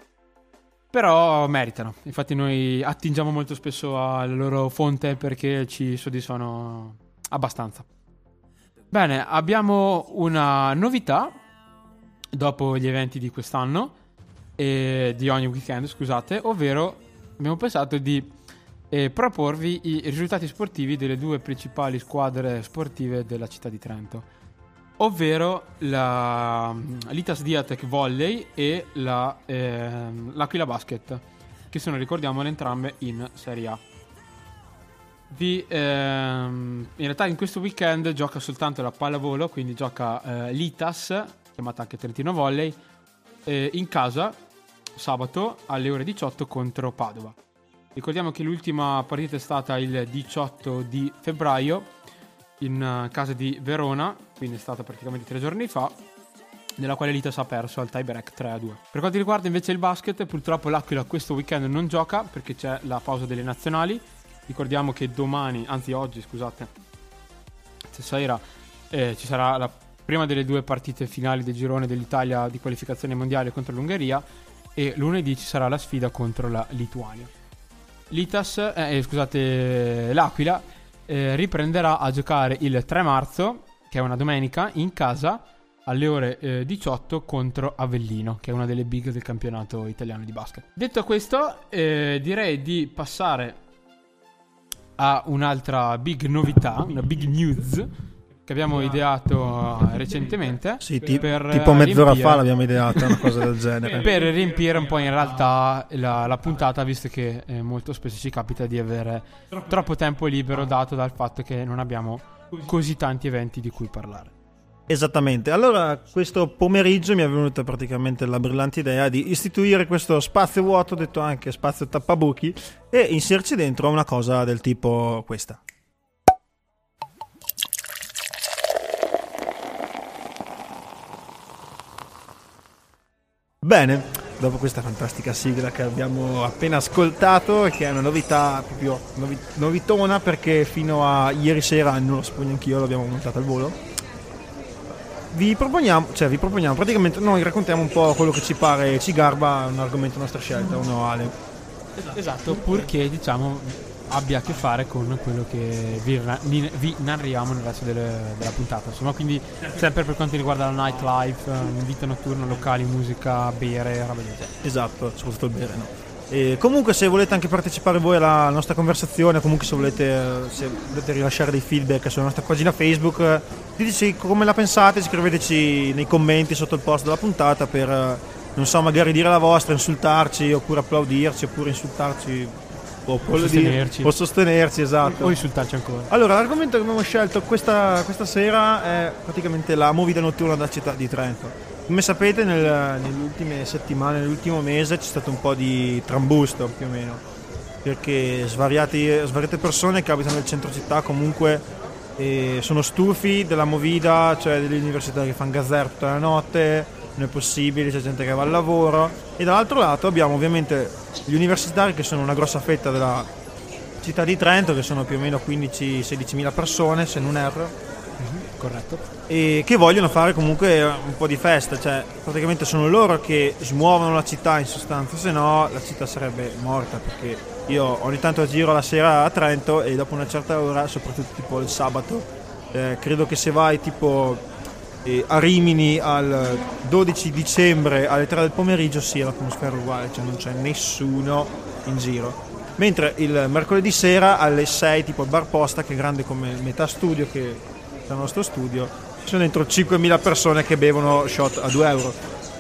Però meritano. Infatti noi attingiamo molto spesso alla loro fonte perché ci soddisfano abbastanza. Bene, abbiamo una novità dopo gli eventi di quest'anno e di ogni weekend, scusate, ovvero abbiamo pensato di eh, proporvi i risultati sportivi delle due principali squadre sportive della città di Trento, ovvero la l'Itas Diatec Volley e la, eh, l'Aquila Basket, che sono, ricordiamole, entrambe in Serie A. Vi, ehm, in realtà in questo weekend gioca soltanto la pallavolo, quindi gioca eh, l'Itas, chiamata anche Trentino Volley, eh, in casa sabato alle ore diciotto contro Padova. Ricordiamo che l'ultima partita è stata il diciotto di febbraio in casa di Verona, quindi è stata praticamente tre giorni fa, nella quale l'Itas ha perso al tie-break tre a due. Per quanto riguarda invece il basket, purtroppo l'Aquila questo weekend non gioca perché c'è la pausa delle nazionali. Ricordiamo che domani, anzi oggi, scusate, stasera eh, ci sarà la prima delle due partite finali del girone dell'Italia di qualificazione mondiale contro l'Ungheria e lunedì ci sarà la sfida contro la Lituania. L'Itas, eh, scusate, l'Aquila eh, riprenderà a giocare il tre marzo, che è una domenica, in casa alle ore eh, diciotto contro Avellino, che è una delle big del campionato italiano di basket. Detto questo, eh, direi di passare a un'altra big novità, una big news che abbiamo ideato recentemente. Sì, ti, per tipo mezz'ora riempire, fa l'abbiamo ideata, una cosa del genere. per riempire un po' in realtà la, la puntata, visto che eh, molto spesso ci capita di avere troppo tempo libero dato dal fatto che non abbiamo così tanti eventi di cui parlare. Esattamente, allora questo pomeriggio mi è venuta praticamente la brillante idea di istituire questo spazio vuoto, detto anche spazio tappabuchi, e inserirci dentro una cosa del tipo questa. Bene, dopo questa fantastica sigla che abbiamo appena ascoltato e che è una novità proprio novi- novitona, perché fino a ieri sera non lo sapevo neanche io, l'abbiamo montata al volo. Vi proponiamo, cioè vi proponiamo praticamente, noi raccontiamo un po' quello che ci pare, ci garba, un argomento a nostra scelta, uno Ale. Esatto, purché diciamo abbia a che fare con quello che vi, vi narriamo nel resto delle, della puntata. Insomma, quindi sempre per quanto riguarda la nightlife, vita notturna, locali, musica, bere, roba del genere. Esatto, soprattutto il bere, no? E comunque se volete anche partecipare voi alla nostra conversazione, comunque se volete, se volete rilasciare dei feedback sulla nostra pagina Facebook, diteci come la pensate, scriveteci nei commenti sotto il post della puntata per, non so, magari dire la vostra, insultarci oppure applaudirci oppure insultarci o, o sostenerci dire, o sostenerci, esatto, o insultarci ancora. Allora, l'argomento che abbiamo scelto questa, questa sera è praticamente la movida notturna della città di Trento. Come sapete, nel, nelle ultime settimane, nell'ultimo mese c'è stato un po' di trambusto più o meno, perché svariati, svariate persone che abitano nel centro città comunque eh, sono stufi della movida, cioè delle università che fanno gazzer tutta la notte, non è possibile, c'è gente che va al lavoro, e dall'altro lato abbiamo ovviamente gli universitari che sono una grossa fetta della città di Trento, che sono più o meno quindici sedici mila persone se non erro. Corretto. E che vogliono fare comunque un po' di festa, cioè praticamente sono loro che smuovono la città in sostanza, se no la città sarebbe morta, perché io ogni tanto giro la sera a Trento e dopo una certa ora, soprattutto tipo il sabato, eh, credo che se vai tipo eh, a Rimini al dodici dicembre alle tre del pomeriggio sia l'atmosfera uguale, cioè non c'è nessuno in giro. Mentre il mercoledì sera alle sei tipo al Bar Posta, che è grande come metà studio che dal nostro studio, ci sono dentro cinquemila persone che bevono shot a due euro,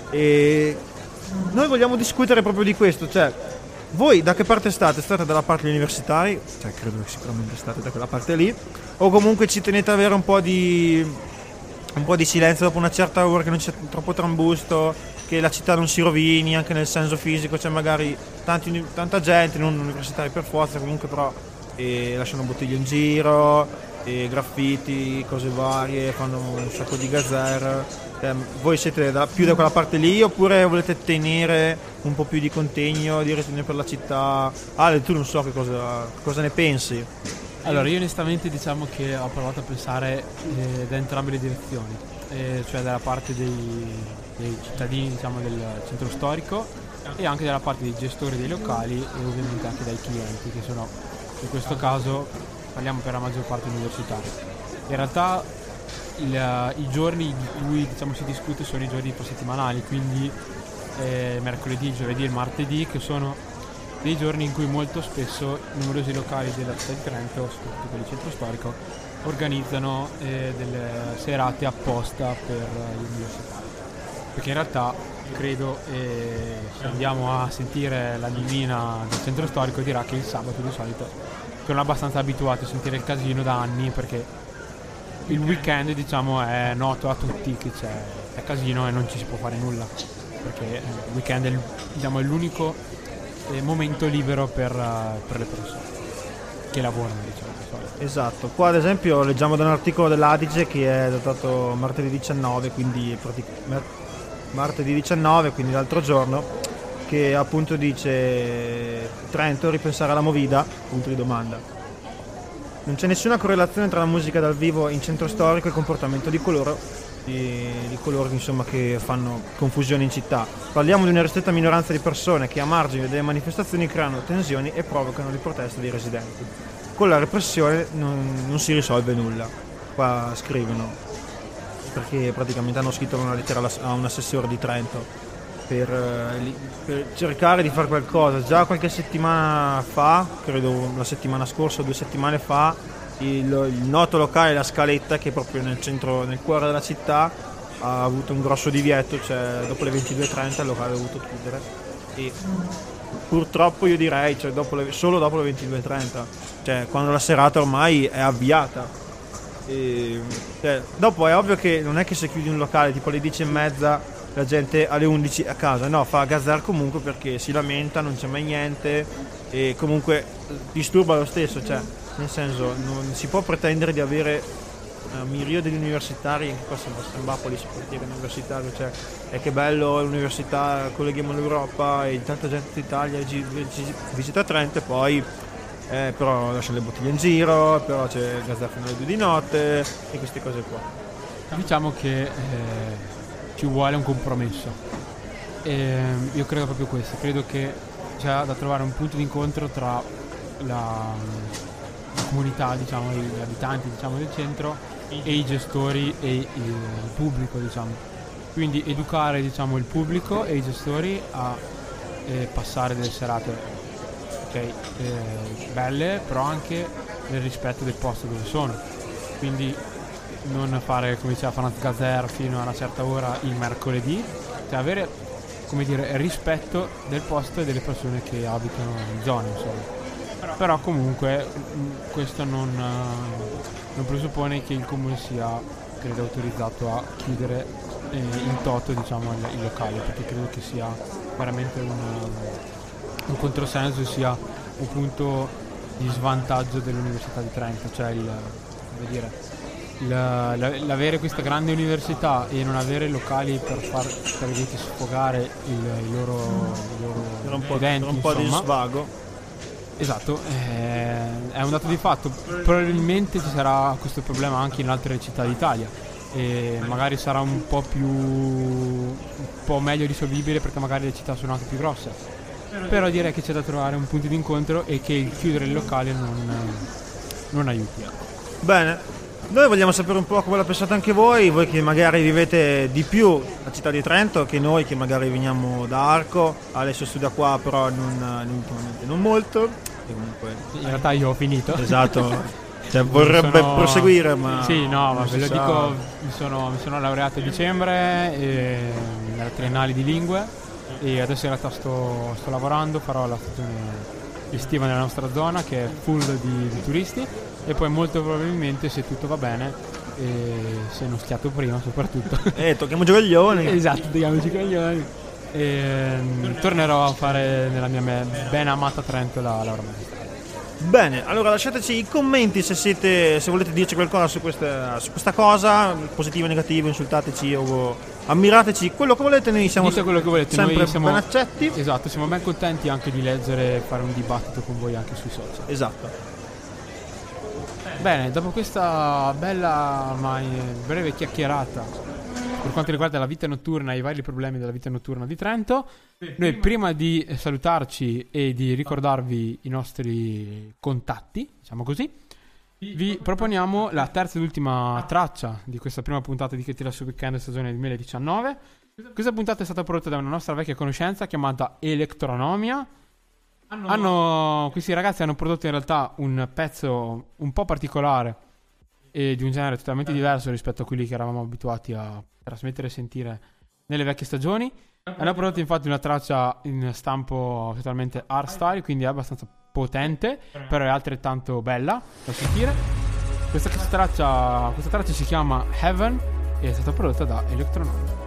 e noi vogliamo discutere proprio di questo, cioè voi da che parte state? State dalla parte degli universitari, cioè credo che sicuramente state da quella parte lì, o comunque ci tenete ad avere un po' di un po' di silenzio dopo una certa ora, che non c'è troppo trambusto, che la città non si rovini anche nel senso fisico, c'è magari tanti, tanta gente, non universitari per forza, comunque però eh, lasciano bottiglie in giro, eh, graffiti, cose varie, fanno un sacco di gazer. Eh, voi siete da, più da quella parte lì oppure volete tenere un po' più di contegno, di retenere per la città? Ale, tu non so che cosa, cosa ne pensi. Allora, io onestamente diciamo che ho provato a pensare eh, da entrambe le direzioni, eh, cioè dalla parte dei, dei cittadini, diciamo, del centro storico, e anche dalla parte dei gestori dei locali e ovviamente anche dai clienti, che sono, in questo caso parliamo per la maggior parte universitari. In realtà il, i giorni di cui, diciamo, si discute sono i giorni infrasettimanali, quindi eh, mercoledì, giovedì e martedì, che sono dei giorni in cui molto spesso numerosi locali della città di Trento, soprattutto quelli del centro storico, organizzano eh, delle serate apposta per gli universitari. Perché in realtà credo, eh, se andiamo a sentire la Nilina del centro storico, dirà che il sabato di solito sono abbastanza abituati a sentire il casino da anni, perché il weekend, diciamo, è noto a tutti che c'è, c'è casino e non ci si può fare nulla, perché il weekend è, diciamo, è l'unico eh, momento libero per, uh, per le persone che lavorano, diciamo. Esatto, qua ad esempio leggiamo da un articolo dell'Adige che è datato martedì diciannove, quindi pratic- martedì diciannove, quindi l'altro giorno, che appunto dice: Trento, ripensare alla movida, punto di domanda. Non c'è nessuna correlazione tra la musica dal vivo in centro storico e il comportamento di coloro di, di coloro insomma, che fanno confusione in città. Parliamo di una ristretta minoranza di persone che a margine delle manifestazioni creano tensioni e provocano le proteste dei residenti. Con la repressione non, non si risolve nulla. Qua scrivono, perché praticamente hanno scritto una lettera a un assessore di Trento per, per cercare di fare qualcosa. Già qualche settimana fa, credo la settimana scorsa o due settimane fa, il, il noto locale La Scaletta, che è proprio nel centro, nel cuore della città, ha avuto un grosso divieto, cioè dopo le ventidue e trenta il locale ha dovuto chiudere, e purtroppo io direi, cioè dopo le, solo dopo le ventidue e trenta, cioè quando la serata ormai è avviata. E, cioè, dopo è ovvio che non è che se chiudi un locale tipo alle dieci e mezza la gente alle undici a casa, no, fa gazzar comunque, perché si lamenta, non c'è mai niente e comunque disturba lo stesso, cioè nel senso non si può pretendere di avere una miriade di universitari, anche qua sembra Stambapolis per dire universitario, cioè è che bello l'università, colleghiamo l'Europa e tanta gente d'Italia visita Trento, e poi eh, però lasciano le bottiglie in giro, però c'è il gazzar fino alle due di notte e queste cose qua. Diciamo che eh... ci vuole un compromesso, e io credo proprio questo, credo che c'è da trovare un punto di incontro tra la, la comunità, diciamo, gli abitanti, diciamo, del centro e i gestori e il, il pubblico, diciamo. Quindi educare, diciamo, il pubblico e i gestori a eh, passare delle serate okay, eh, belle, però anche nel rispetto del posto dove sono, quindi non fare, come diceva Franz Gazer, fino a una certa ora il mercoledì, cioè avere, come dire, rispetto del posto e delle persone che abitano in zona, insomma. Però comunque questo non, non presuppone che il comune sia, credo, autorizzato a chiudere eh, in toto, diciamo, il, il locale, perché credo che sia veramente un, un controsenso, sia un punto di svantaggio dell'Università di Trento, cioè il, come dire, La, la, l'avere questa grande università e non avere locali per far, per sfogare il, il loro, il loro per un po', studenti, per un po' insomma. di svago. Esatto, eh, è un dato di fatto. Probabilmente ci sarà questo problema anche in altre città d'Italia e magari sarà un po' più un po' meglio risolvibile, perché magari le città sono anche più grosse, però direi che c'è da trovare un punto di incontro e che il chiudere il locale non, non aiuti. Bene, noi vogliamo sapere un po' come la pensate anche voi, voi che magari vivete di più la città di Trento che noi che magari veniamo da Arco. Adesso studia qua, però non, ultimamente non molto, e comunque in realtà io ho finito. Esatto, cioè vorrebbe sono... proseguire, ma sì, no, ma ve lo sa. dico, mi sono, mi sono laureato a dicembre e, nella triennale di lingue, e adesso in realtà sto, sto lavorando, farò la stagione estiva nella nostra zona che è full di, di turisti, e poi molto probabilmente, se tutto va bene, e se non schiatto prima soprattutto. Eh, tocchiamo giocaglioni. Esatto, tocchiamoci coglioni. E mm, tornerò a fare nella mia me- ben amata Trento la laurea magistrale. Bene, allora lasciateci i commenti se siete, se volete dirci qualcosa su questa, su questa cosa, positivo, negativo, insultateci o ammirateci, quello che volete, noi siamo Dite quello che volete, sempre noi siamo ben accetti. Esatto, siamo ben contenti anche di leggere e fare un dibattito con voi anche sui social. Esatto. Bene, dopo questa bella ma eh, breve chiacchierata per quanto riguarda la vita notturna e i vari problemi della vita notturna di Trento, noi prima di salutarci e di ricordarvi i nostri contatti, diciamo così, vi proponiamo la terza ed ultima traccia di questa prima puntata di Che tira su Weekend stagione duemiladiciannove. Questa puntata è stata prodotta da una nostra vecchia conoscenza chiamata Electronomia. Hanno... hanno questi ragazzi hanno prodotto in realtà un pezzo un po' particolare e di un genere totalmente diverso rispetto a quelli che eravamo abituati a trasmettere e sentire nelle vecchie stagioni. Hanno prodotto infatti una traccia in stampo totalmente hardstyle, quindi è abbastanza potente, però è altrettanto bella da sentire. Questa traccia, questa traccia si chiama Heaven e è stata prodotta da Electronomia.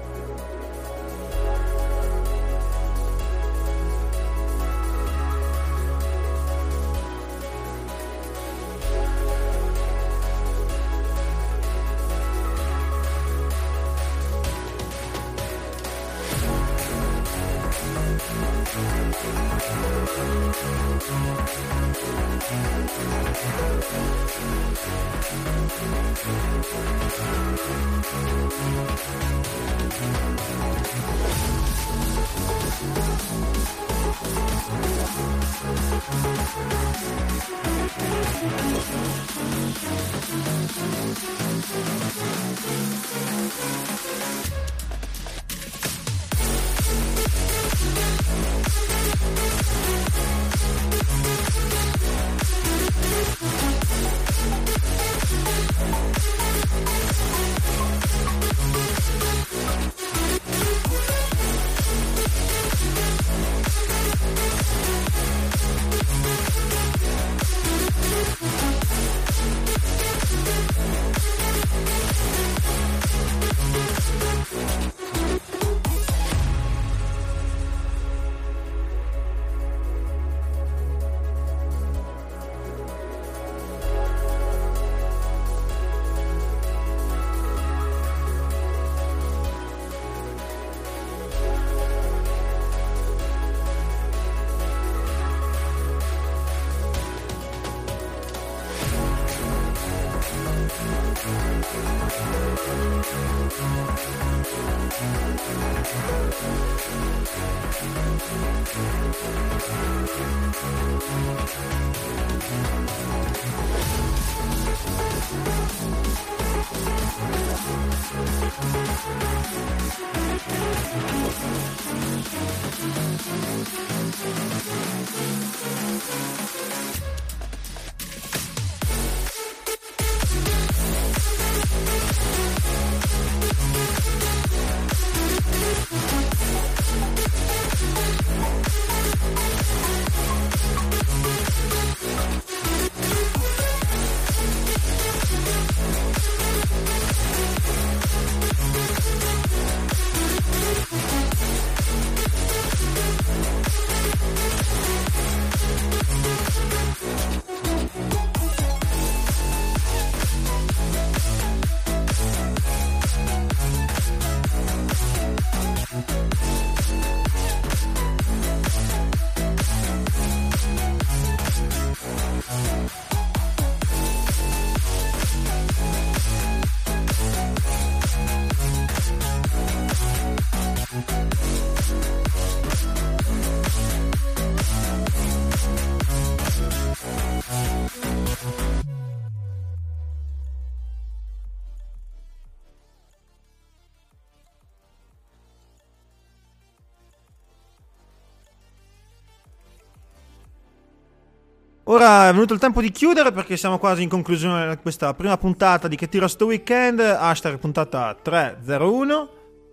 Ora è venuto il tempo di chiudere perché siamo quasi in conclusione di questa prima puntata di Che tira sto weekend, hashtag puntata trecentouno.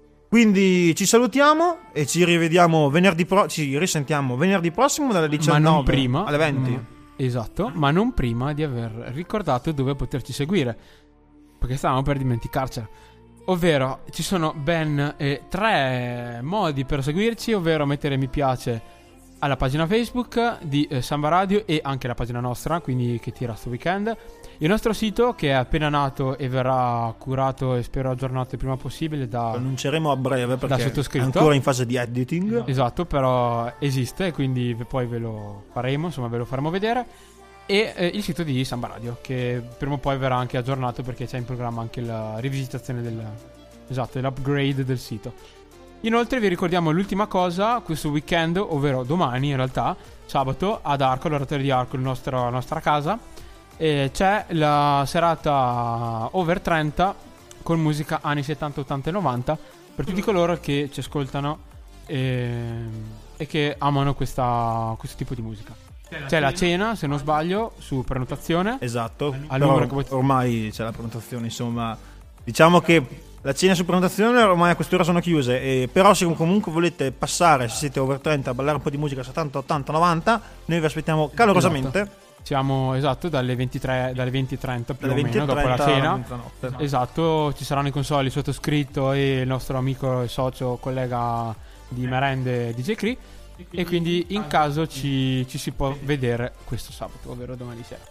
Quindi ci salutiamo e ci rivediamo venerdì pro- ci risentiamo venerdì prossimo dalle diciannove ma non prima, alle venti. Mm, esatto, ma non prima di aver ricordato dove poterci seguire. perché stavamo per dimenticarcela. Ovvero, ci sono ben eh, tre modi per seguirci, ovvero mettere mi piace alla pagina Facebook di eh, Samba Radio e anche la pagina nostra, quindi che tira sto weekend. Il nostro sito, che è appena nato e verrà curato e spero aggiornato il prima possibile da... Lo annunceremo a breve perché da sottoscritto. è ancora in fase di editing. Esatto, però esiste, quindi poi ve lo faremo, insomma ve lo faremo vedere. E eh, il sito di Samba Radio, che prima o poi verrà anche aggiornato perché c'è in programma anche la rivisitazione del... esatto, l'upgrade del sito. Inoltre vi ricordiamo l'ultima cosa, questo weekend, ovvero domani in realtà, sabato, ad Arco, all'oratorio di Arco, la nostra, la nostra casa, e c'è la serata over trenta con musica anni settanta, ottanta e novanta per tutti coloro che ci ascoltano e, e che amano questa, questo tipo di musica. C'è la cena, se non sbaglio, su prenotazione. Esatto, Al però numero che voi- ormai c'è la prenotazione, insomma. Diciamo che la cena su prenotazione ormai a quest'ora sono chiuse, e però se comunque volete passare, se siete over trenta, a ballare un po' di musica settanta, ottanta, novanta, noi vi aspettiamo calorosamente. Esatto. Siamo, esatto, dalle ventitré, dalle venti e trenta più Dalle o venti e meno, dopo la trenta cena. alla mezzanotte. Esatto, ci saranno i consoli, il sottoscritto e il nostro amico e socio collega di merende D J Cree. E quindi in caso ci, ci si può vedere questo sabato, ovvero domani sera.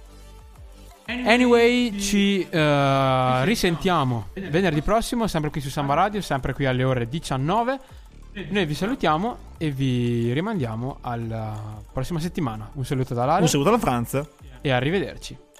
Anyway, ci eh, risentiamo venerdì prossimo, sempre qui su Samba Radio, sempre qui alle ore diciannove. Noi vi salutiamo e vi rimandiamo alla prossima settimana. Un saluto da Lara Un saluto alla Franza. e arrivederci.